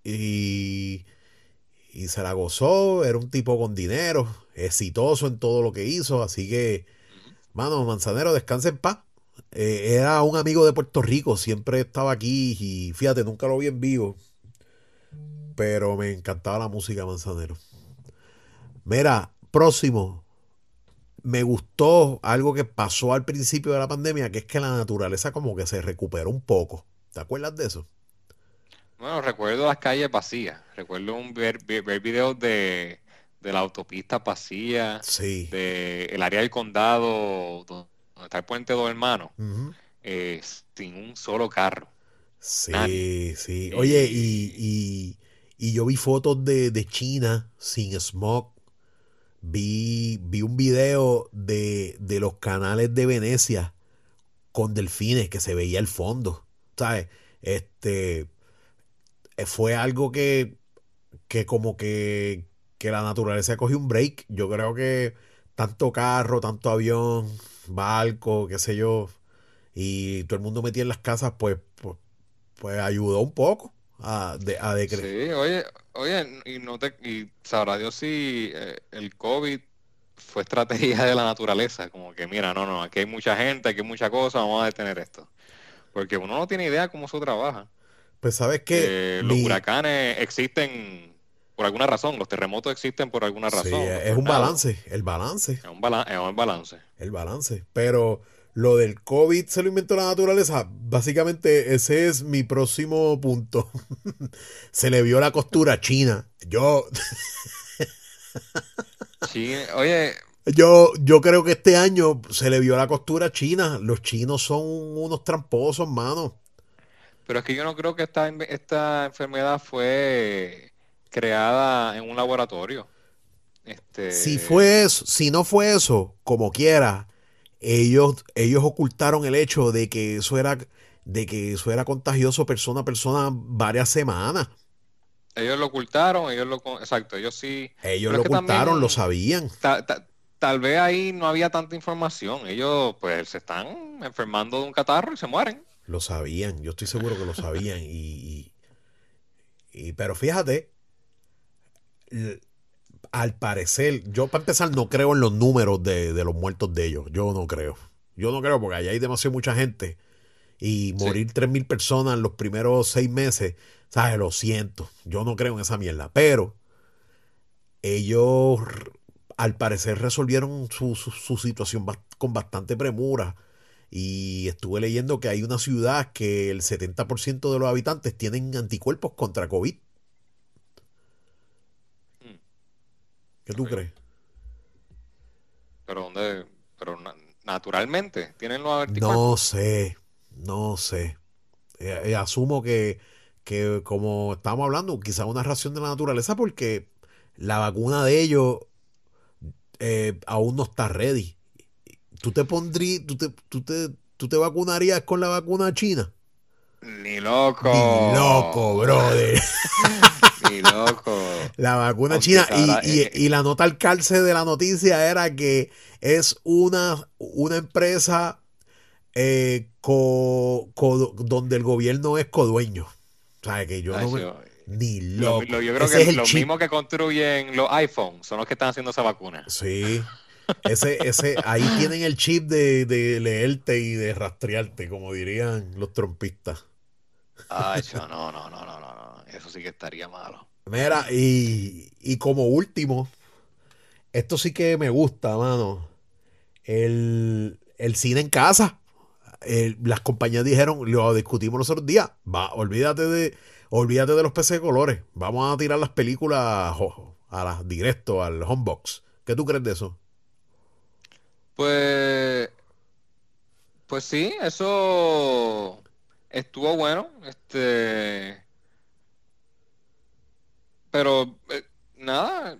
y, y se la gozó. Era un tipo con dinero, exitoso en todo lo que hizo. Así que, Ujú. mano, Manzanero, descansa en paz. Era un amigo de Puerto Rico, siempre estaba aquí y fíjate, nunca lo vi en vivo, pero me encantaba la música Manzanero. Mira, próximo, me gustó algo que pasó al principio de la pandemia, que es que la naturaleza como que se recuperó un poco. ¿Te acuerdas de eso? Bueno, recuerdo las calles vacías. Recuerdo ver videos de la autopista vacía, Sí. de el área del condado donde está el puente Dos Hermanos, Ujú. eh, sin un solo carro. Nadie. Sí, sí. Oye, Y y yo vi fotos de China sin smog. Vi un video de los canales de Venecia con delfines que se veía el fondo. ¿Sabes? Este, fue algo que como que la naturaleza cogió un break. Yo creo que tanto carro, tanto avión, barco, qué sé yo, y todo el mundo metido en las casas, pues ayudó un poco a decrecer. sí, oye, y sabrá Dios si el COVID fue estrategia de la naturaleza, como que mira, no, aquí hay mucha gente, aquí hay mucha cosa, vamos a detener esto. Porque uno no tiene idea cómo eso trabaja. Pues sabes que Los huracanes existen por alguna razón, los terremotos existen por alguna sí, razón, los es un tornados, balance, el balance, es un balance. el balance. Pero lo del COVID se lo inventó la naturaleza. Básicamente ese es mi próximo punto. Se le vio la costura a China. Sí, oye, Yo creo que este año se le vio la costura a China. Los chinos son unos tramposos, mano. pero es que yo no creo que esta enfermedad fue creada en un laboratorio. Si Este, fue eso, si no fue eso, como quiera, ellos ocultaron el hecho de que eso era contagioso persona a persona varias semanas. ellos lo ocultaron, exacto, ellos sí, Ellos pero lo es que ocultaron, lo también sabían. tal vez ahí no había tanta información. Ellos pues se están enfermando de un catarro y se mueren. Lo sabían. Yo estoy seguro que lo sabían. Pero fíjate, l- al parecer, yo para empezar no creo en los números de los muertos de ellos. Yo no creo. Yo no creo porque allá hay demasiado mucha gente. Y Sí. morir 3.000 personas en los primeros 6 meses, ¿sabes? Lo siento. Yo no creo en esa mierda. Pero ellos, al parecer, resolvieron su situación con bastante premura. Y estuve leyendo que hay una ciudad que el 70% de los habitantes tienen anticuerpos contra COVID. Mm, ¿Qué tú ok. crees? Pero dónde, pero naturalmente tienen los No anticuerpos. sé, no sé. Asumo que como estamos hablando, quizás una reacción de la naturaleza porque la vacuna de ellos aún no está ready. ¿Tú te pondrías, tú te vacunarías con la vacuna china? Ni Ni loco, loco. brother. Ni loco. La vacuna Aunque china sabrá. y la nota al calce de la noticia era que es una empresa donde el gobierno es codueño. O sea, que yo Ay, no me... yo, Ni loco. yo creo Ese que es el los chip. mismos que construyen los iPhones son los que están haciendo esa vacuna. Sí. Ahí tienen el chip de leerte y de rastrearte, como dirían los trompistas. Ay, no. Eso sí que estaría malo. Mira, y como último, esto sí que me gusta, mano. El cine en casa. Las compañías dijeron, lo discutimos los otros días, olvídate de los PC de colores. Vamos a tirar las películas a las directo, al homebox. ¿Qué tú crees de eso? Pues, pues sí, eso estuvo bueno. Pero nada,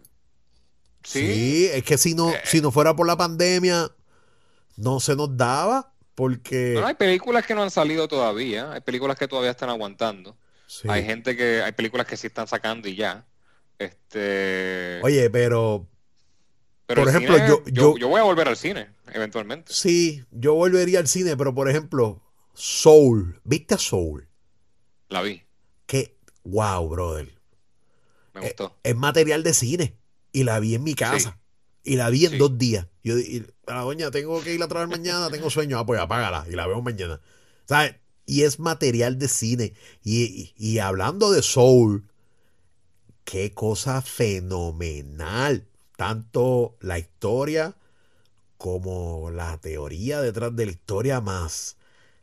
sí. Sí, es que si no fuera por la pandemia, no se nos daba. Bueno, porque hay películas que no han salido todavía, hay películas que todavía están aguantando, sí. hay películas que sí están sacando y ya. Este, Oye, pero pero por el ejemplo, cine, yo voy a volver al cine, eventualmente. sí, yo volvería al cine, pero por ejemplo, Soul, ¿viste Soul? La vi, Que, wow, brother. me gustó. Es material de cine. Y la vi en mi Sí, casa. Y la vi en sí, 2 días. A la doña, tengo que ir a trabajar mañana, tengo sueño. Ah, pues apágala y la veo mañana. ¿Sabes? Y es material de cine. Y hablando de Soul, qué cosa fenomenal. Tanto la historia como la teoría detrás de la historia más.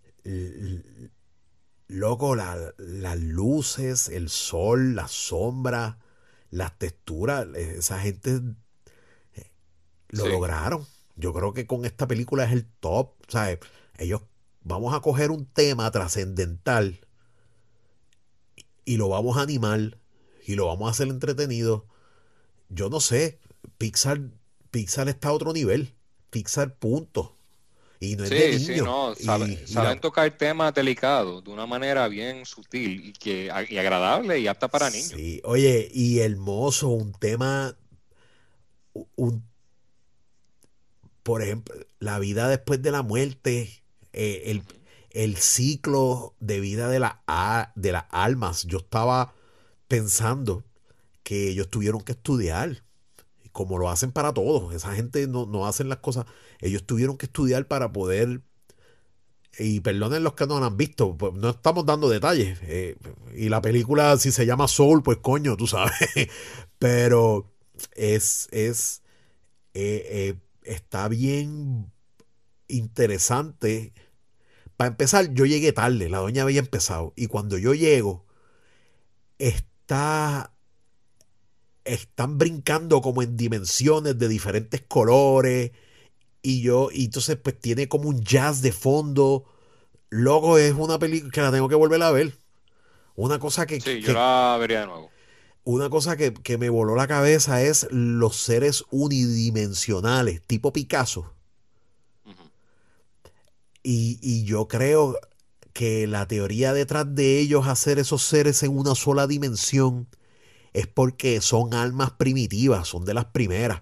Loco, las luces, el sol, las sombras, las texturas, esa gente lo sí. lograron. Yo creo que con esta película es el top. ¿Sabes? Ellos vamos a coger un tema trascendental y lo vamos a animar y lo vamos a hacer entretenido. Yo no sé, Pixar, Pixar está a otro nivel. Pixar punto. Y no es de Sí, sí, niños. no, Y saben tocar temas delicados de una manera bien sutil y agradable y apta para niños. sí, oye, y hermoso, un tema, un por ejemplo, la vida después de la muerte, el, Ujú. el ciclo de vida de las almas. Yo estaba pensando que ellos tuvieron que estudiar, como lo hacen para todos. Esa gente no hacen las cosas. Ellos tuvieron que estudiar para poder, y perdonen los que no la han visto, pues no estamos dando detalles. Y la película, si se llama Soul, pues coño, tú sabes. Pero es está bien interesante. Para empezar, yo llegué tarde, la doña había empezado. Y cuando yo llego, está, están brincando como en dimensiones de diferentes colores. Y entonces pues tiene como un jazz de fondo. Luego es una película que la tengo que volver a ver. Una cosa Sí, yo la vería de nuevo. una cosa que me voló la cabeza es los seres unidimensionales, tipo Picasso. Ujú. Y yo creo que la teoría detrás de ellos hacer esos seres en una sola dimensión es porque son almas primitivas, son de las primeras.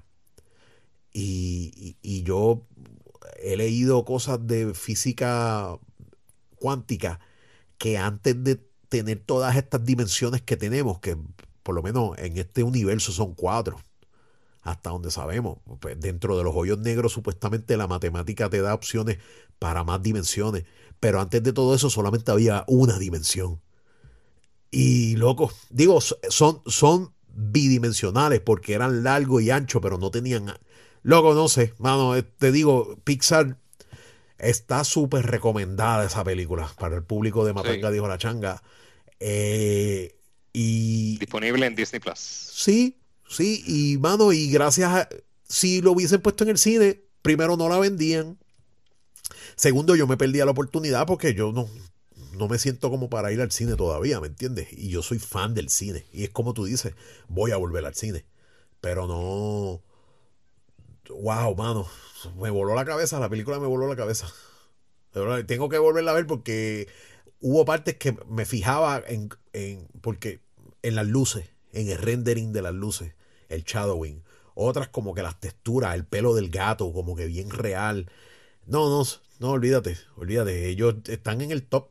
Y yo he leído cosas de física cuántica que antes de tener todas estas dimensiones que tenemos, que por lo menos en este universo son 4, hasta donde sabemos. Pues dentro de los hoyos negros supuestamente la matemática te da opciones para más dimensiones, pero antes de todo eso solamente había una dimensión. Y loco, digo, son bidimensionales porque eran largo y ancho, pero no tenían... Loco, no sé, mano, te digo, Pixar está súper recomendada esa película para el público de Sí, Matanga Dijo la Changa. Eh, y, disponible en Disney Plus. Sí, sí, y mano, y gracias a... Si lo hubiesen puesto en el cine, primero no la vendían. Segundo, yo me perdía la oportunidad porque yo no me siento como para ir al cine todavía, ¿me entiendes? Y yo soy fan del cine. Y es como tú dices, voy a volver al cine. Pero no... Wow, mano. Me voló la cabeza, la película me voló la cabeza. De verdad, tengo que volverla a ver porque hubo partes que me fijaba porque en las luces, en el rendering de las luces, el shadowing. Otras como que las texturas, el pelo del gato, como que bien real. No, olvídate. Ellos están en el top.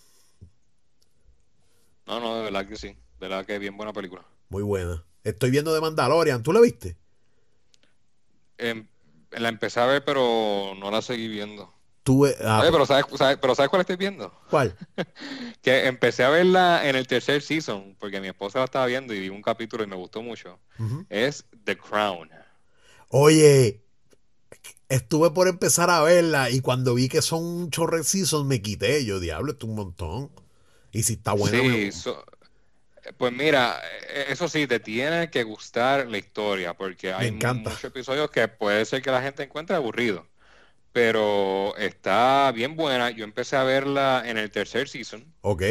No, no, de verdad que sí. De verdad que es bien buena película. Muy buena. Estoy viendo de Mandalorian. ¿Tú la viste? Em, la empecé a ver, pero no la seguí viendo. Oye, Pues, pero ¿sabes cuál estoy viendo? ¿cuál? Que empecé a verla en el tercer season, porque mi esposa la estaba viendo y vi un capítulo y me gustó mucho. Ujú. Es The Crown. Oye, estuve por empezar a verla y cuando vi que son un chorre seasons me quité. Yo, diablo, esto es un montón. Y si está buena, Sí, pues mira, eso sí, te tiene que gustar la historia, porque me hay encanta. muchos episodios que puede ser que la gente encuentre aburrido, pero está bien buena. Yo empecé a verla en el tercer season Ok.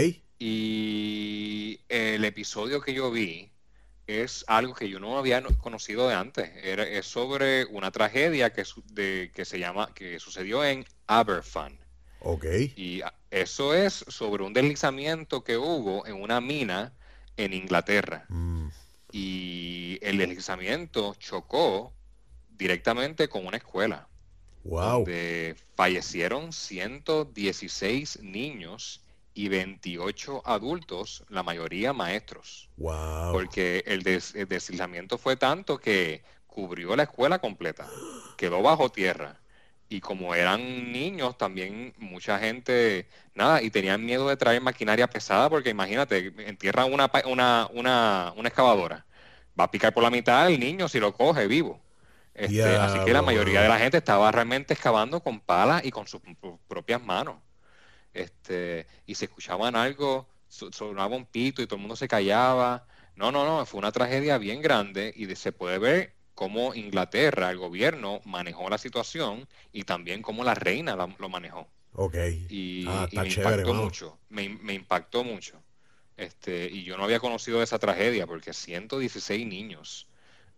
y el episodio que yo vi es algo que yo no había conocido de antes. Es sobre una tragedia que sucedió en Aberfan. Ok. Y eso es sobre un deslizamiento que hubo en una mina en Inglaterra. Mm, Y el deslizamiento chocó directamente con una escuela, wow. donde fallecieron 116 niños y 28 adultos, la mayoría maestros, Wow. porque el deslizamiento fue tanto que cubrió la escuela completa, quedó bajo tierra. Y como eran niños, también mucha gente, nada, y tenían miedo de traer maquinaria pesada, porque imagínate, entierran una excavadora, va a picar por la mitad el niño si lo coge vivo. Así que la Diablo, mayoría de mano. la gente estaba realmente excavando con palas y con sus propias manos. Y se escuchaban algo, sonaba un pito y todo el mundo se callaba. No, no, no, fue una tragedia bien grande y se puede ver cómo Inglaterra, el gobierno, manejó la situación y también cómo la reina lo manejó. Ok. Ah, Y está me chévere, impactó mano. mucho, me impactó mucho. Y yo no había conocido esa tragedia porque 116 niños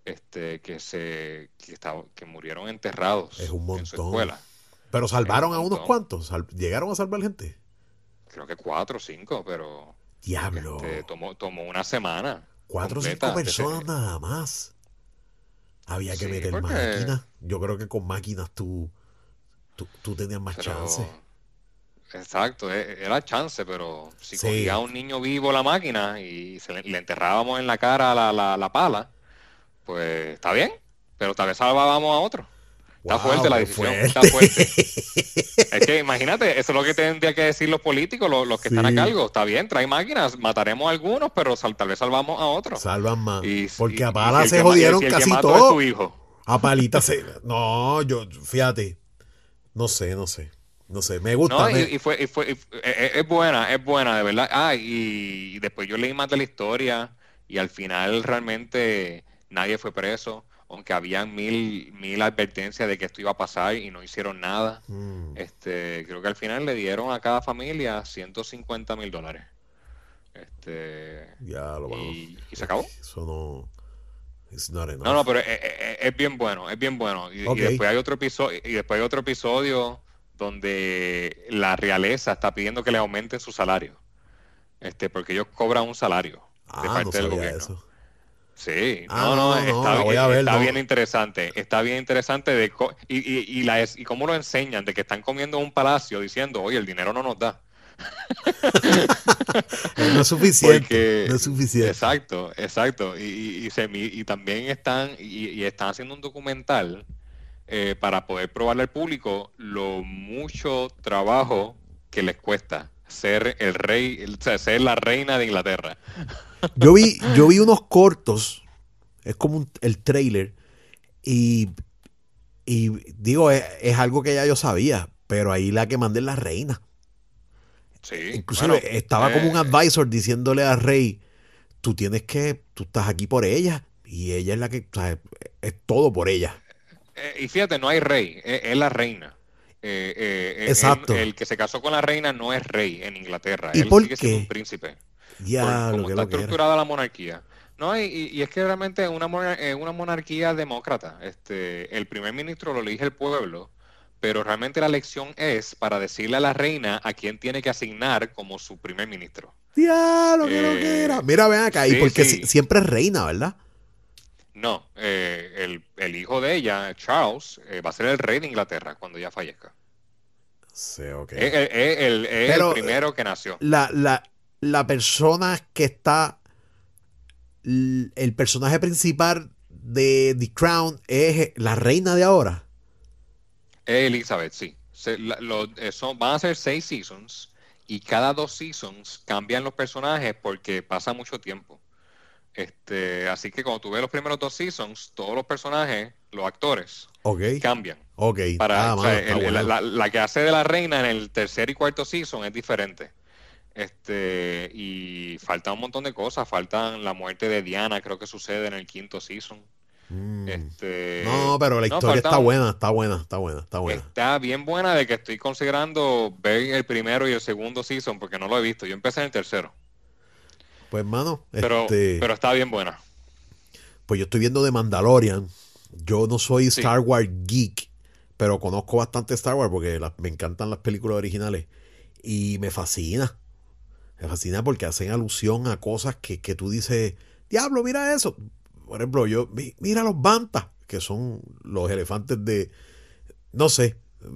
que murieron Es enterrados un en su montón. escuela. Pero Es un salvaron a unos montón. cuantos. Llegaron a salvar gente. Creo que 4 o 5, pero Diablo. tomó una semana 4 o 5 completa. personas nada más. Había que Sí, meter porque, máquinas. Yo creo que con máquinas tú tenías más chance. pero, exacto, era chance, pero si cogía a Sí. un niño vivo la máquina y le enterrábamos en la cara la pala, pues está bien, pero tal vez salvábamos a otro. Está Wow, fuerte la qué decisión, está fuerte. fuerte. Es que imagínate, eso es lo que tendría que decir los políticos, los que están a Sí. cargo. Está bien, trae máquinas, mataremos a algunos, pero tal vez salvamos a otros. Salvan más. Y, Porque a y si pala el se que, jodieron si el que casi mato es tu todo. hijo. A palita se. No, yo, fíjate. No sé, no sé. No sé. Me gusta. No, es buena, de verdad. Y después yo leí más de la historia y al final realmente nadie fue preso, aunque habían mil advertencias de que esto iba a pasar y no hicieron nada. Mm, Creo que al final le dieron a cada familia $150,000. ya lo vamos. Y se Es que acabó. eso no. It's not No, enough. no, pero es bien bueno, es bien bueno. Y Ok. después hay otro episodio, donde la realeza está pidiendo que le aumenten su salario, porque ellos cobran un salario de Ah, no parte del sabía gobierno. eso. Sí, Ah, no, no, no, no, la voy a ver, no. está bien interesante y cómo lo enseñan, de que están comiendo en un palacio diciendo, oye, el dinero no nos da. No es suficiente. No Porque, es suficiente. exacto, exacto. Y también están haciendo un documental para poder probarle al público lo mucho trabajo que les cuesta ser el rey, o sea, ser la reina de Inglaterra. Yo vi unos cortos. Es como el trailer. Y, y digo, es algo que ya yo sabía. Pero ahí la que mandé es la reina. Sí, bueno, Inclusive estaba como un advisor diciéndole al rey, tú estás aquí por ella. Y ella es la que, o sea, es todo por ella. y fíjate, no hay rey, es la reina. Exacto. El que se casó con la reina no es rey en Inglaterra, ¿Y él por sigue siendo un qué? príncipe. Por Diablo, cómo qué está lo que era. estructurada la monarquía. No, y es que realmente es una monarquía demócrata. El primer ministro lo elige el pueblo, pero realmente la elección es para decirle a la reina a quién tiene que asignar como su primer ministro. Diablo, qué lo que era. Mira, ven acá. Y Sí, porque sí. siempre es reina, ¿verdad? No, el hijo de ella, Charles, va a ser el rey de Inglaterra cuando ella fallezca. Sí, ok. Es el Pero primero que nació. la persona que está, el personaje principal de The Crown es la reina de ahora. Elizabeth, sí. Van a ser 6 seasons y cada 2 seasons cambian los personajes porque pasa mucho tiempo. Así que cuando tú ves los primeros 2 seasons, todos los personajes, los actores, Ok. cambian. Ok. O Mano, sea, está bueno. la que hace de la reina en el tercer y cuarto season es diferente. Y falta un montón de cosas. Faltan la muerte de Diana, creo que sucede en el quinto season. Mm. No, Este, pero la no, historia está buena, está buena, está buena, está buena. Está bien buena de que estoy considerando ver el primero y el segundo season porque no lo he visto. Yo empecé en el tercero, Pues, mano, pero está bien buena. pues yo estoy viendo The Mandalorian. Yo no soy Sí, Star Wars geek, pero conozco bastante Star Wars porque me encantan las películas originales y me fascina. Me fascina porque hacen alusión a cosas que tú dices, diablo, mira eso. Por ejemplo, mira los bantas, que son los elefantes de, no sé,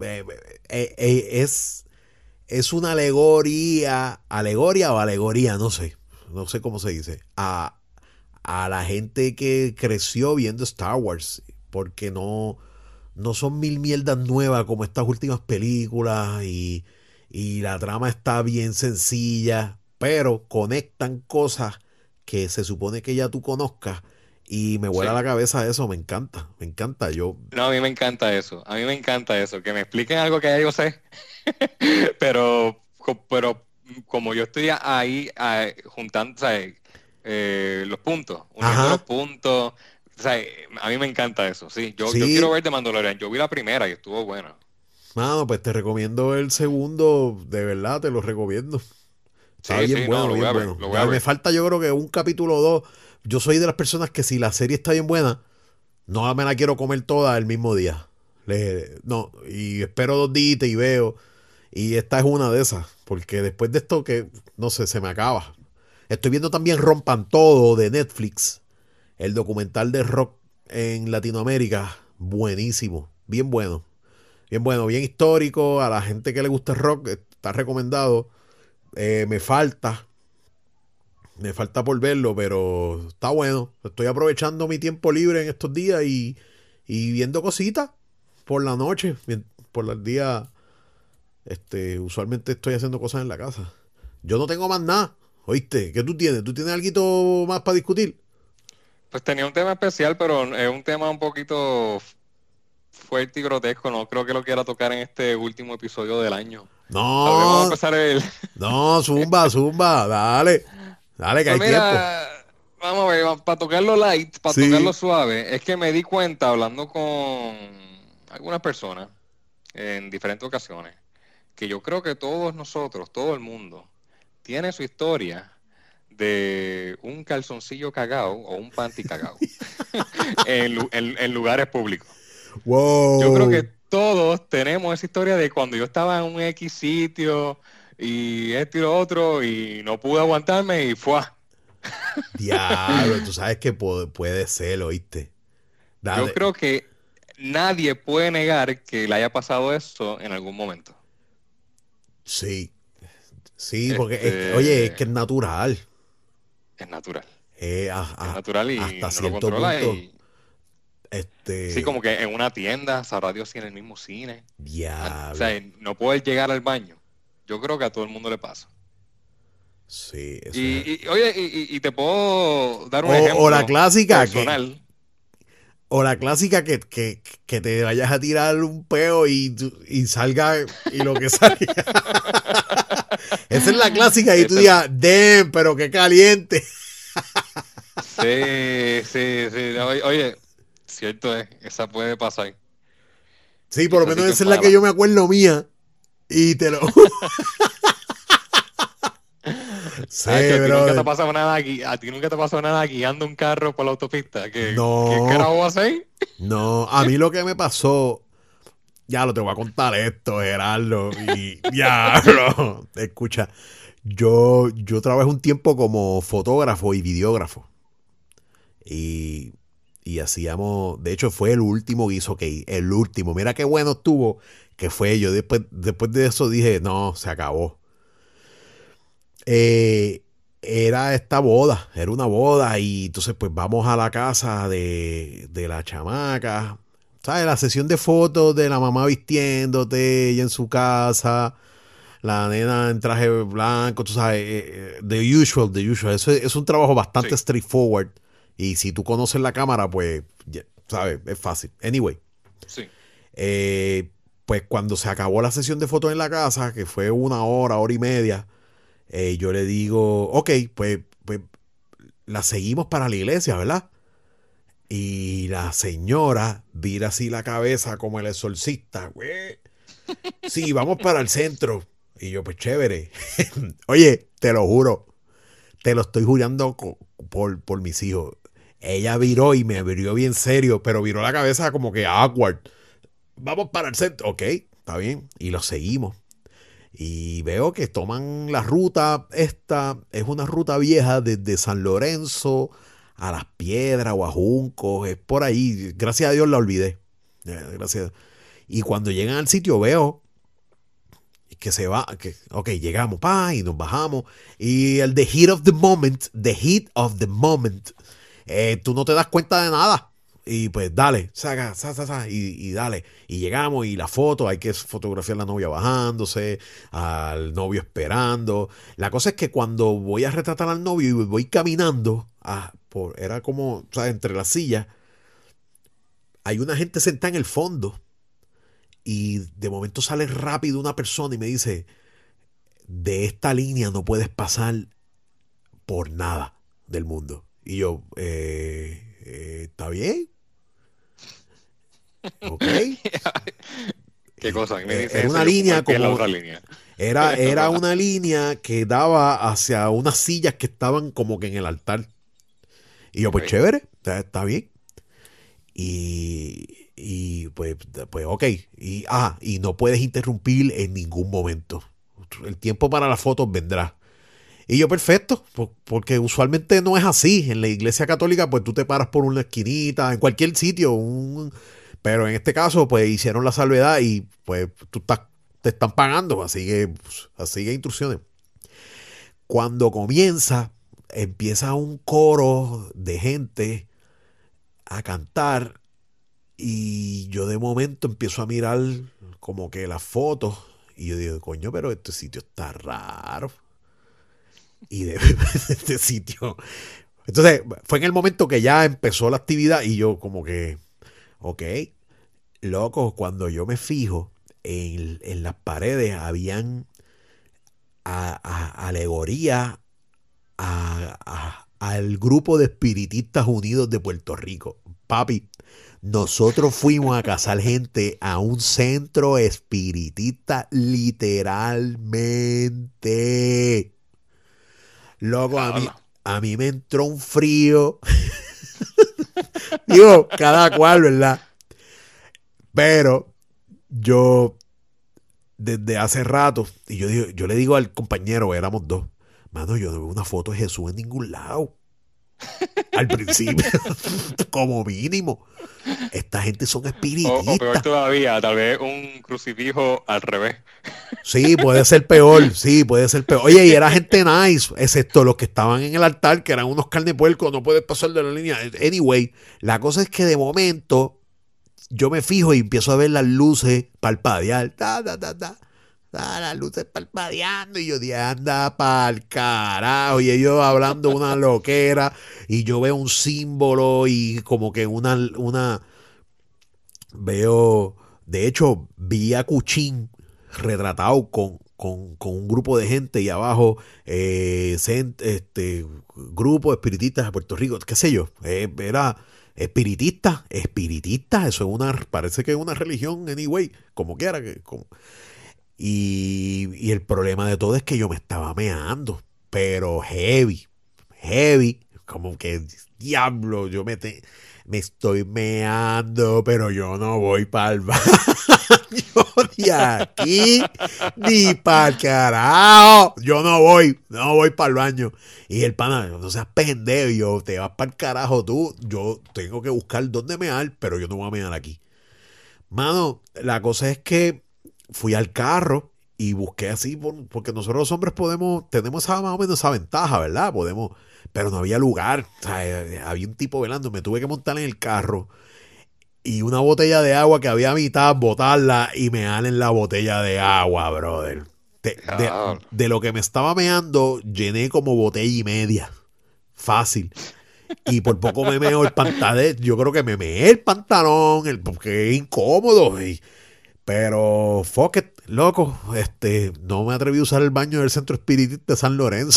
es una alegoría o alegoría, no sé cómo se dice, a la gente que creció viendo Star Wars, porque no son mil mierdas nuevas como estas últimas películas y la trama está bien sencilla, pero conectan cosas que se supone que ya tú conozcas y me vuela Sí. la cabeza eso, me encanta, No, a mí me encanta eso. A mí me encanta eso. Que me expliquen algo que ya yo sé. Pero como yo estoy ahí juntando, ¿sabes? Los puntos, uniendo los ajá, puntos. O sea, a mí me encanta eso, sí. Yo quiero sí, ver The Mandalorian. Yo vi la primera y estuvo buena. mano, pues te recomiendo el segundo, de verdad, te lo recomiendo. Está Sí, bien sí, no, bueno, lo voy bien a ver, bueno. lo voy a Ya me ver. falta yo creo que un capítulo o dos. Yo soy de las personas que si la serie está bien buena, no me la quiero comer toda el mismo día. No, y espero 2 días y veo. Y esta es una de esas. Porque después de esto que, no sé, se me acaba. Estoy viendo también Rompan Todo de Netflix. El documental de rock en Latinoamérica. Buenísimo. Bien bueno. Bien bueno, bien histórico. A la gente que le gusta el rock está recomendado. Me falta. Me falta por verlo, pero está bueno. Estoy aprovechando mi tiempo libre en estos días y viendo cositas por la noche. Por el día, usualmente estoy haciendo cosas en la casa. Yo no tengo más nada. ¿Oíste? ¿Qué tú tienes? ¿Tú tienes algo más para discutir? Pues tenía un tema especial, pero es un tema un poquito fuerte y grotesco. No creo que lo quiera tocar en este último episodio del año. Vamos a No, empezar el... no, zumba, dale. Dale, que Pues hay tiempo. mira, vamos a ver, para tocarlo light, para tocarlo Sí. suave, es que me di cuenta hablando con algunas personas en diferentes ocasiones, que yo creo que todos nosotros, todo el mundo, tiene su historia de un calzoncillo cagado o un panty cagado en lugares públicos. Yo creo que Wow. todos tenemos esa historia de cuando yo estaba en un X sitio y esto y lo otro y no pude aguantarme y fue. Diablo, tú sabes que puede ser, ¿oíste? Yo Dale. creo que nadie puede negar que le haya pasado eso en algún momento. Sí. Sí, porque es que, oye, es Este que es natural. es natural. Eh, a- Es a- natural y hasta no lo cierto controla punto, y sí, como este, que en una tienda, sabrá Dios si en el mismo cine. O diablo. sea, no poder llegar al baño. Yo creo que a todo el mundo le pasa. Sí, eso es. Oye, y te puedo dar un O la ejemplo clásica personal. o la clásica que te vayas a tirar un peo y salga y lo que salga. Esa es la clásica y tú Esa es- digas, damn, pero qué caliente. sí, sí, sí. Oye, cierto es, esa puede pasar. Sí, Y por lo esa sí menos que es esa es la que mala. yo me acuerdo mía. Y te lo. Sí, Hacho, a ti nunca te ha brother. pasado nada a ti nunca te ha pasado nada guiando un carro por la autopista. ¿Qué No, carajo vas a hacer? no. A mí lo que me pasó. Ya lo te voy a contar esto, Gerardo. Y ya, bro. Escucha, yo trabajé un tiempo como fotógrafo y videógrafo. Y, y hacíamos, de hecho fue el último guiso el último. Mira qué bueno estuvo que fue yo. Después de eso dije, no, se acabó. Era esta boda, era una boda y entonces pues vamos a la casa de la chamaca. ¿Sabes? La sesión de fotos de la mamá vistiéndote, ella en su casa, la nena en traje blanco, tú sabes, the usual. Eso es un trabajo bastante Sí, straightforward. Y si tú conoces la cámara, pues, sabes, es fácil. Anyway, sí. eh, pues cuando se acabó la sesión de fotos en la casa, que fue una hora y media, yo le digo, ok, pues la seguimos para la iglesia, ¿verdad? Y la señora vira así la cabeza como el exorcista, güey. Sí, vamos para el centro. Y yo, pues chévere. Oye, te lo juro, te lo estoy jurando por mis hijos. Ella viró y me viró bien serio, pero viró la cabeza como que awkward. vamos para el centro. Ok, está bien. Y lo seguimos. Y veo que toman la ruta, esta es una ruta vieja desde San Lorenzo a Las Piedras o a Juncos, es por ahí. Gracias a Dios la olvidé. Gracias. Y cuando llegan al sitio veo que se va, que, ok, llegamos, y nos bajamos. Y el the heat of the moment, tú no te das cuenta de nada. Y pues dale, y dale. Y llegamos y la foto, hay que fotografiar a la novia bajándose, al novio esperando. La cosa es que cuando voy a retratar al novio y voy caminando, era como, o sea, entre las sillas, hay una gente sentada en el fondo. Y de momento sale rápido una persona y me dice, de esta línea no puedes pasar por nada del mundo. Y yo, ¿está bien? Ok. ¿Qué cosa? Me dice Era eso, una línea como... la otra línea. Era una línea que daba hacia unas sillas que estaban como que en el altar. Y yo, pues chévere, está bien. Y pues ok. Y no puedes interrumpir en ningún momento. El tiempo para las fotos vendrá. Y yo, perfecto, porque usualmente no es así. En la iglesia católica, pues tú te paras por una esquinita, en cualquier sitio. Pero en este caso, pues hicieron la salvedad y pues te están pagando. Así que instrucciones. Cuando empieza un coro de gente a cantar. Y yo de momento empiezo a mirar como que las fotos. Y yo digo, coño, pero este sitio está raro. Y de este sitio. Entonces, fue en el momento que ya empezó la actividad. Y yo como que, ok, loco, cuando yo me fijo, en las paredes habían alegorías al grupo de Espiritistas Unidos de Puerto Rico. Papi, nosotros fuimos a cazar gente a un centro espiritista literalmente. Loco, a mí me entró un frío. Digo, cada cual, ¿verdad? Pero yo, desde hace rato, y yo le digo al compañero, éramos dos, mano, yo no veo una foto de Jesús en ningún lado. Al principio, como mínimo. Esta gente son espiritistas. O peor todavía, tal vez un crucifijo al revés. Sí, puede ser peor. Oye, y era gente nice, excepto los que estaban en el altar, que eran unos carne puerco, no puedes pasar de la línea. Anyway, la cosa es que de momento yo me fijo y empiezo a ver las luces parpadear. Las luces parpadeando y yo de anda pa'l carajo y ellos hablando una loquera y yo veo un símbolo y como que veo, de hecho vi a Cuchín retratado con un grupo de gente y abajo grupo de espiritistas de Puerto Rico, qué sé yo, era espiritista, eso parece que es una religión anyway, como quiera y el problema de todo es que yo me estaba meando, pero heavy, como que diablo, me estoy meando, pero yo no voy para el baño de aquí, ni para el carajo, yo no voy para el baño. Y el pana, no seas pendejo, yo te vas para el carajo tú, yo tengo que buscar dónde mear, pero yo no voy a mear aquí. Mano, la cosa es que fui al carro y busqué así, porque nosotros los hombres tenemos más o menos esa ventaja, ¿verdad? Pero no había lugar, o sea, había un tipo velando, me tuve que montar en el carro y una botella de agua que había a mitad, botarla y mear en la botella de agua, brother. De lo que me estaba meando, llené como botella y media, fácil. Y por poco me meo el pantalón, yo creo que me meé el pantalón, porque es incómodo, pero fuck it, loco, no me atreví a usar el baño del Centro Espiritista de San Lorenzo.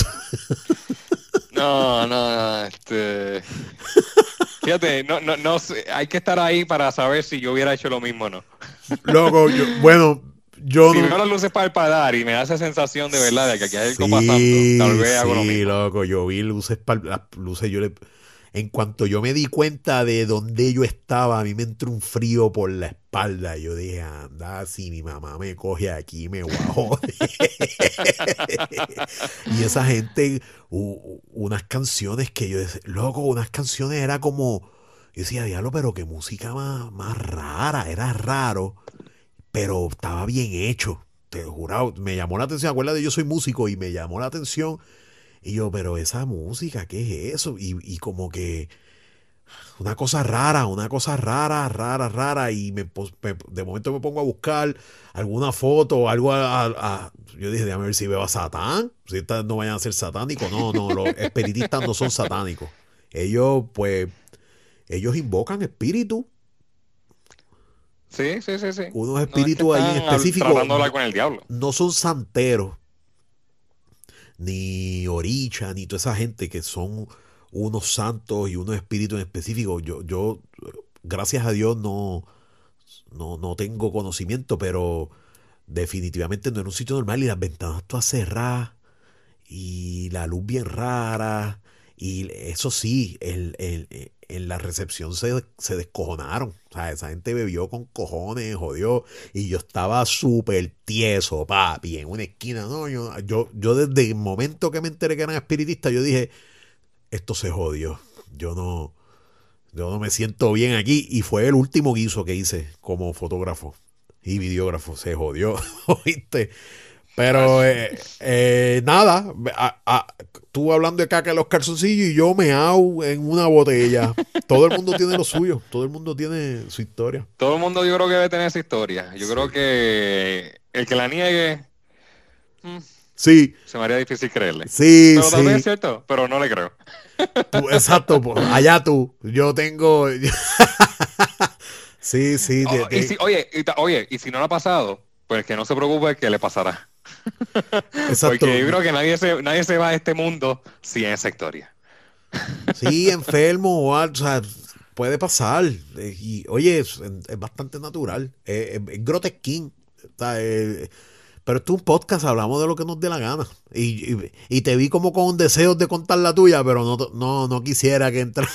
No, fíjate, no sé, hay que estar ahí para saber si yo hubiera hecho lo mismo o no. Loco, yo si veo las luces parpadear y me da esa sensación de verdad de que aquí hay algo pasando, tal vez hago lo mismo. Sí, loco, yo vi las luces, en cuanto yo me di cuenta de dónde yo estaba, a mí me entró un frío por la espalda. Yo dije, anda, si mi mamá me coge aquí, me voy a joder. Y esa gente, unas canciones que yo decía, loco, unas canciones era como, yo decía, diablo, pero qué música más rara, era raro, pero estaba bien hecho. Te juro, me llamó la atención. Acuérdate, yo soy músico y me llamó la atención. Y yo, pero esa música, ¿qué es eso? Y como que una cosa rara, rara. Y de momento me pongo a buscar alguna foto o algo. Yo dije, déjame ver si veo a Satán. Si estas no vayan a ser satánicos. No, los espiritistas no son satánicos. Ellos, pues, ellos invocan espíritus. Sí. Unos espíritus ahí en específico. Tratándola con el diablo. No son santeros, ni Oricha, ni toda esa gente que son unos santos y unos espíritus en específico. Yo gracias a Dios, no tengo conocimiento, pero definitivamente no era un sitio normal y las ventanas todas cerradas y la luz bien rara. Y eso sí, en la recepción se descojonaron. O sea, esa gente bebió con cojones, jodió. Y yo estaba súper tieso, papi, en una esquina. No, yo desde el momento que me enteré que eran espiritistas, yo dije, esto se jodió. Yo no me siento bien aquí. Y fue el último guiso que hice como fotógrafo y videógrafo. Se jodió, ¿oíste? Pero nada, tú hablando de caca en los calzoncillos y yo meao en una botella. Todo el mundo tiene lo suyo, todo el mundo tiene su historia. Todo el mundo yo creo que debe tener esa historia. Yo creo que el que la niegue, sí, se me haría difícil creerle. Sí, pero también es cierto, pero no le creo. Exacto, allá tú. Yo tengo... sí. Oye, y si no le ha pasado, pues que no se preocupe, que le pasará. Exacto. Porque yo creo que nadie se va de este mundo sin esa historia. Sí, enfermo o sea, puede pasar. Y oye, es bastante natural. Es grotesquín. Pero esto es un podcast, hablamos de lo que nos dé la gana. Y te vi como con deseos de contar la tuya, pero no quisiera que entrara.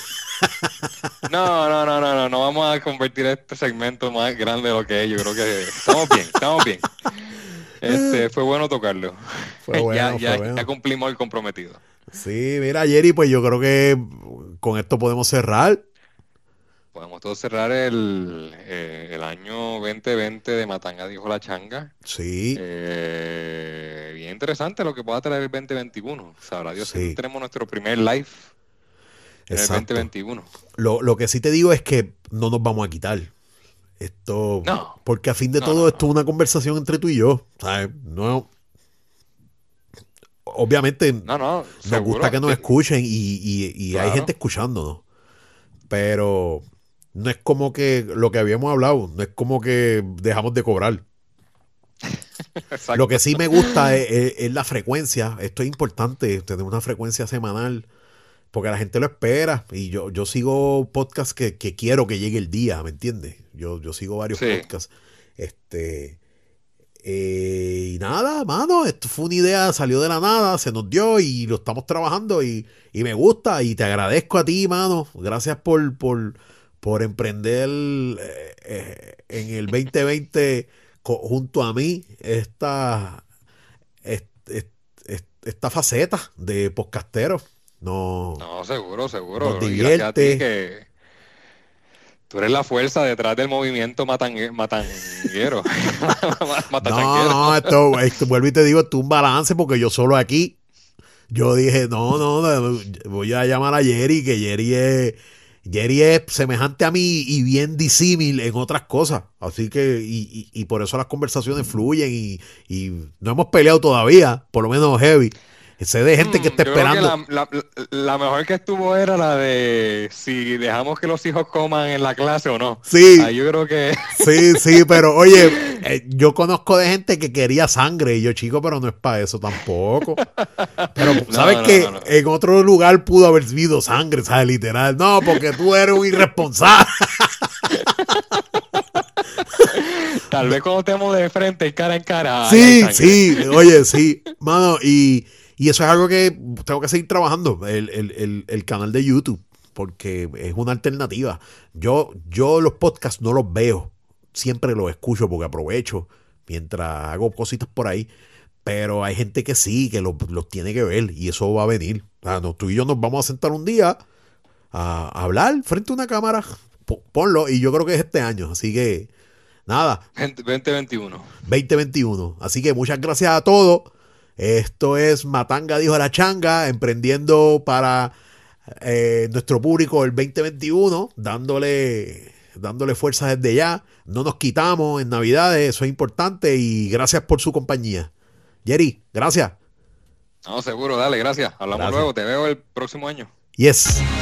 No vamos a convertir este segmento más grande de lo que es. Yo creo que estamos bien. Fue bueno tocarlo. Fue bueno. Ya cumplimos el comprometido. Sí, mira, Jerry, pues yo creo que con esto podemos cerrar. Podemos todos cerrar el año 2020 de Matanga Dijo la Changa. Sí. Bien interesante lo que pueda traer el 2021. Sabrá Dios si tenemos nuestro primer live en el 2021. Lo que sí te digo es que no nos vamos a quitar. Esto, no, porque a fin de todo esto es una conversación entre tú y yo, ¿sabes? No, obviamente nos gusta que nos escuchen y claro, hay gente escuchándonos, pero no es como que lo que habíamos hablado, no es como que dejamos de cobrar. Lo que sí me gusta es la frecuencia. Esto es importante, tener una frecuencia semanal, porque la gente lo espera. Y yo sigo podcasts que quiero que llegue el día, ¿me entiendes? Yo sigo varios podcasts. Y nada, mano, esto fue una idea, salió de la nada, se nos dio y lo estamos trabajando y me gusta. Y te agradezco a ti, mano. Gracias por emprender en el 2020 junto a mí esta faceta de podcastero. No, seguro. Nos divierte. Y gracias a ti que tú eres la fuerza detrás del movimiento matanguero. No, esto vuelvo y te digo, esto es un balance porque yo solo aquí. Yo dije, no, voy a llamar a Jerry, que Jerry es semejante a mí y bien disímil en otras cosas. Así que, y por eso las conversaciones fluyen y no hemos peleado todavía, por lo menos heavy. Sé de gente que está esperando. La mejor que estuvo era la de si dejamos que los hijos coman en la clase o no. Sí. Ahí yo creo que... Sí, pero oye, yo conozco de gente que quería sangre y yo, chico, pero no es para eso tampoco. Pero ¿sabes qué? En otro lugar pudo haber habido sangre, ¿sabes? Literal. No, porque tú eres un irresponsable. Tal vez cuando estemos de frente y cara en cara. Sí, oye, sí. Mano, y eso es algo que tengo que seguir trabajando, el canal de YouTube. porque es una alternativa. Yo los podcasts no los veo, siempre los escucho porque aprovecho mientras hago cositas por ahí, pero hay gente que sí, que los tiene que ver y eso va a venir. O sea, tú y yo nos vamos a sentar un día a hablar frente a una cámara, ponlo, y yo creo que es este año, así que nada. 2021. 2021. Así que muchas gracias a todos. Esto es Matanga dijo la changa, emprendiendo para nuestro público el 2021, dándole fuerza desde ya. No nos quitamos en Navidades, eso es importante, y gracias por su compañía. Jerry, gracias. No, seguro, dale, gracias. Hablamos Gracias. luego, te veo el próximo año. Yes.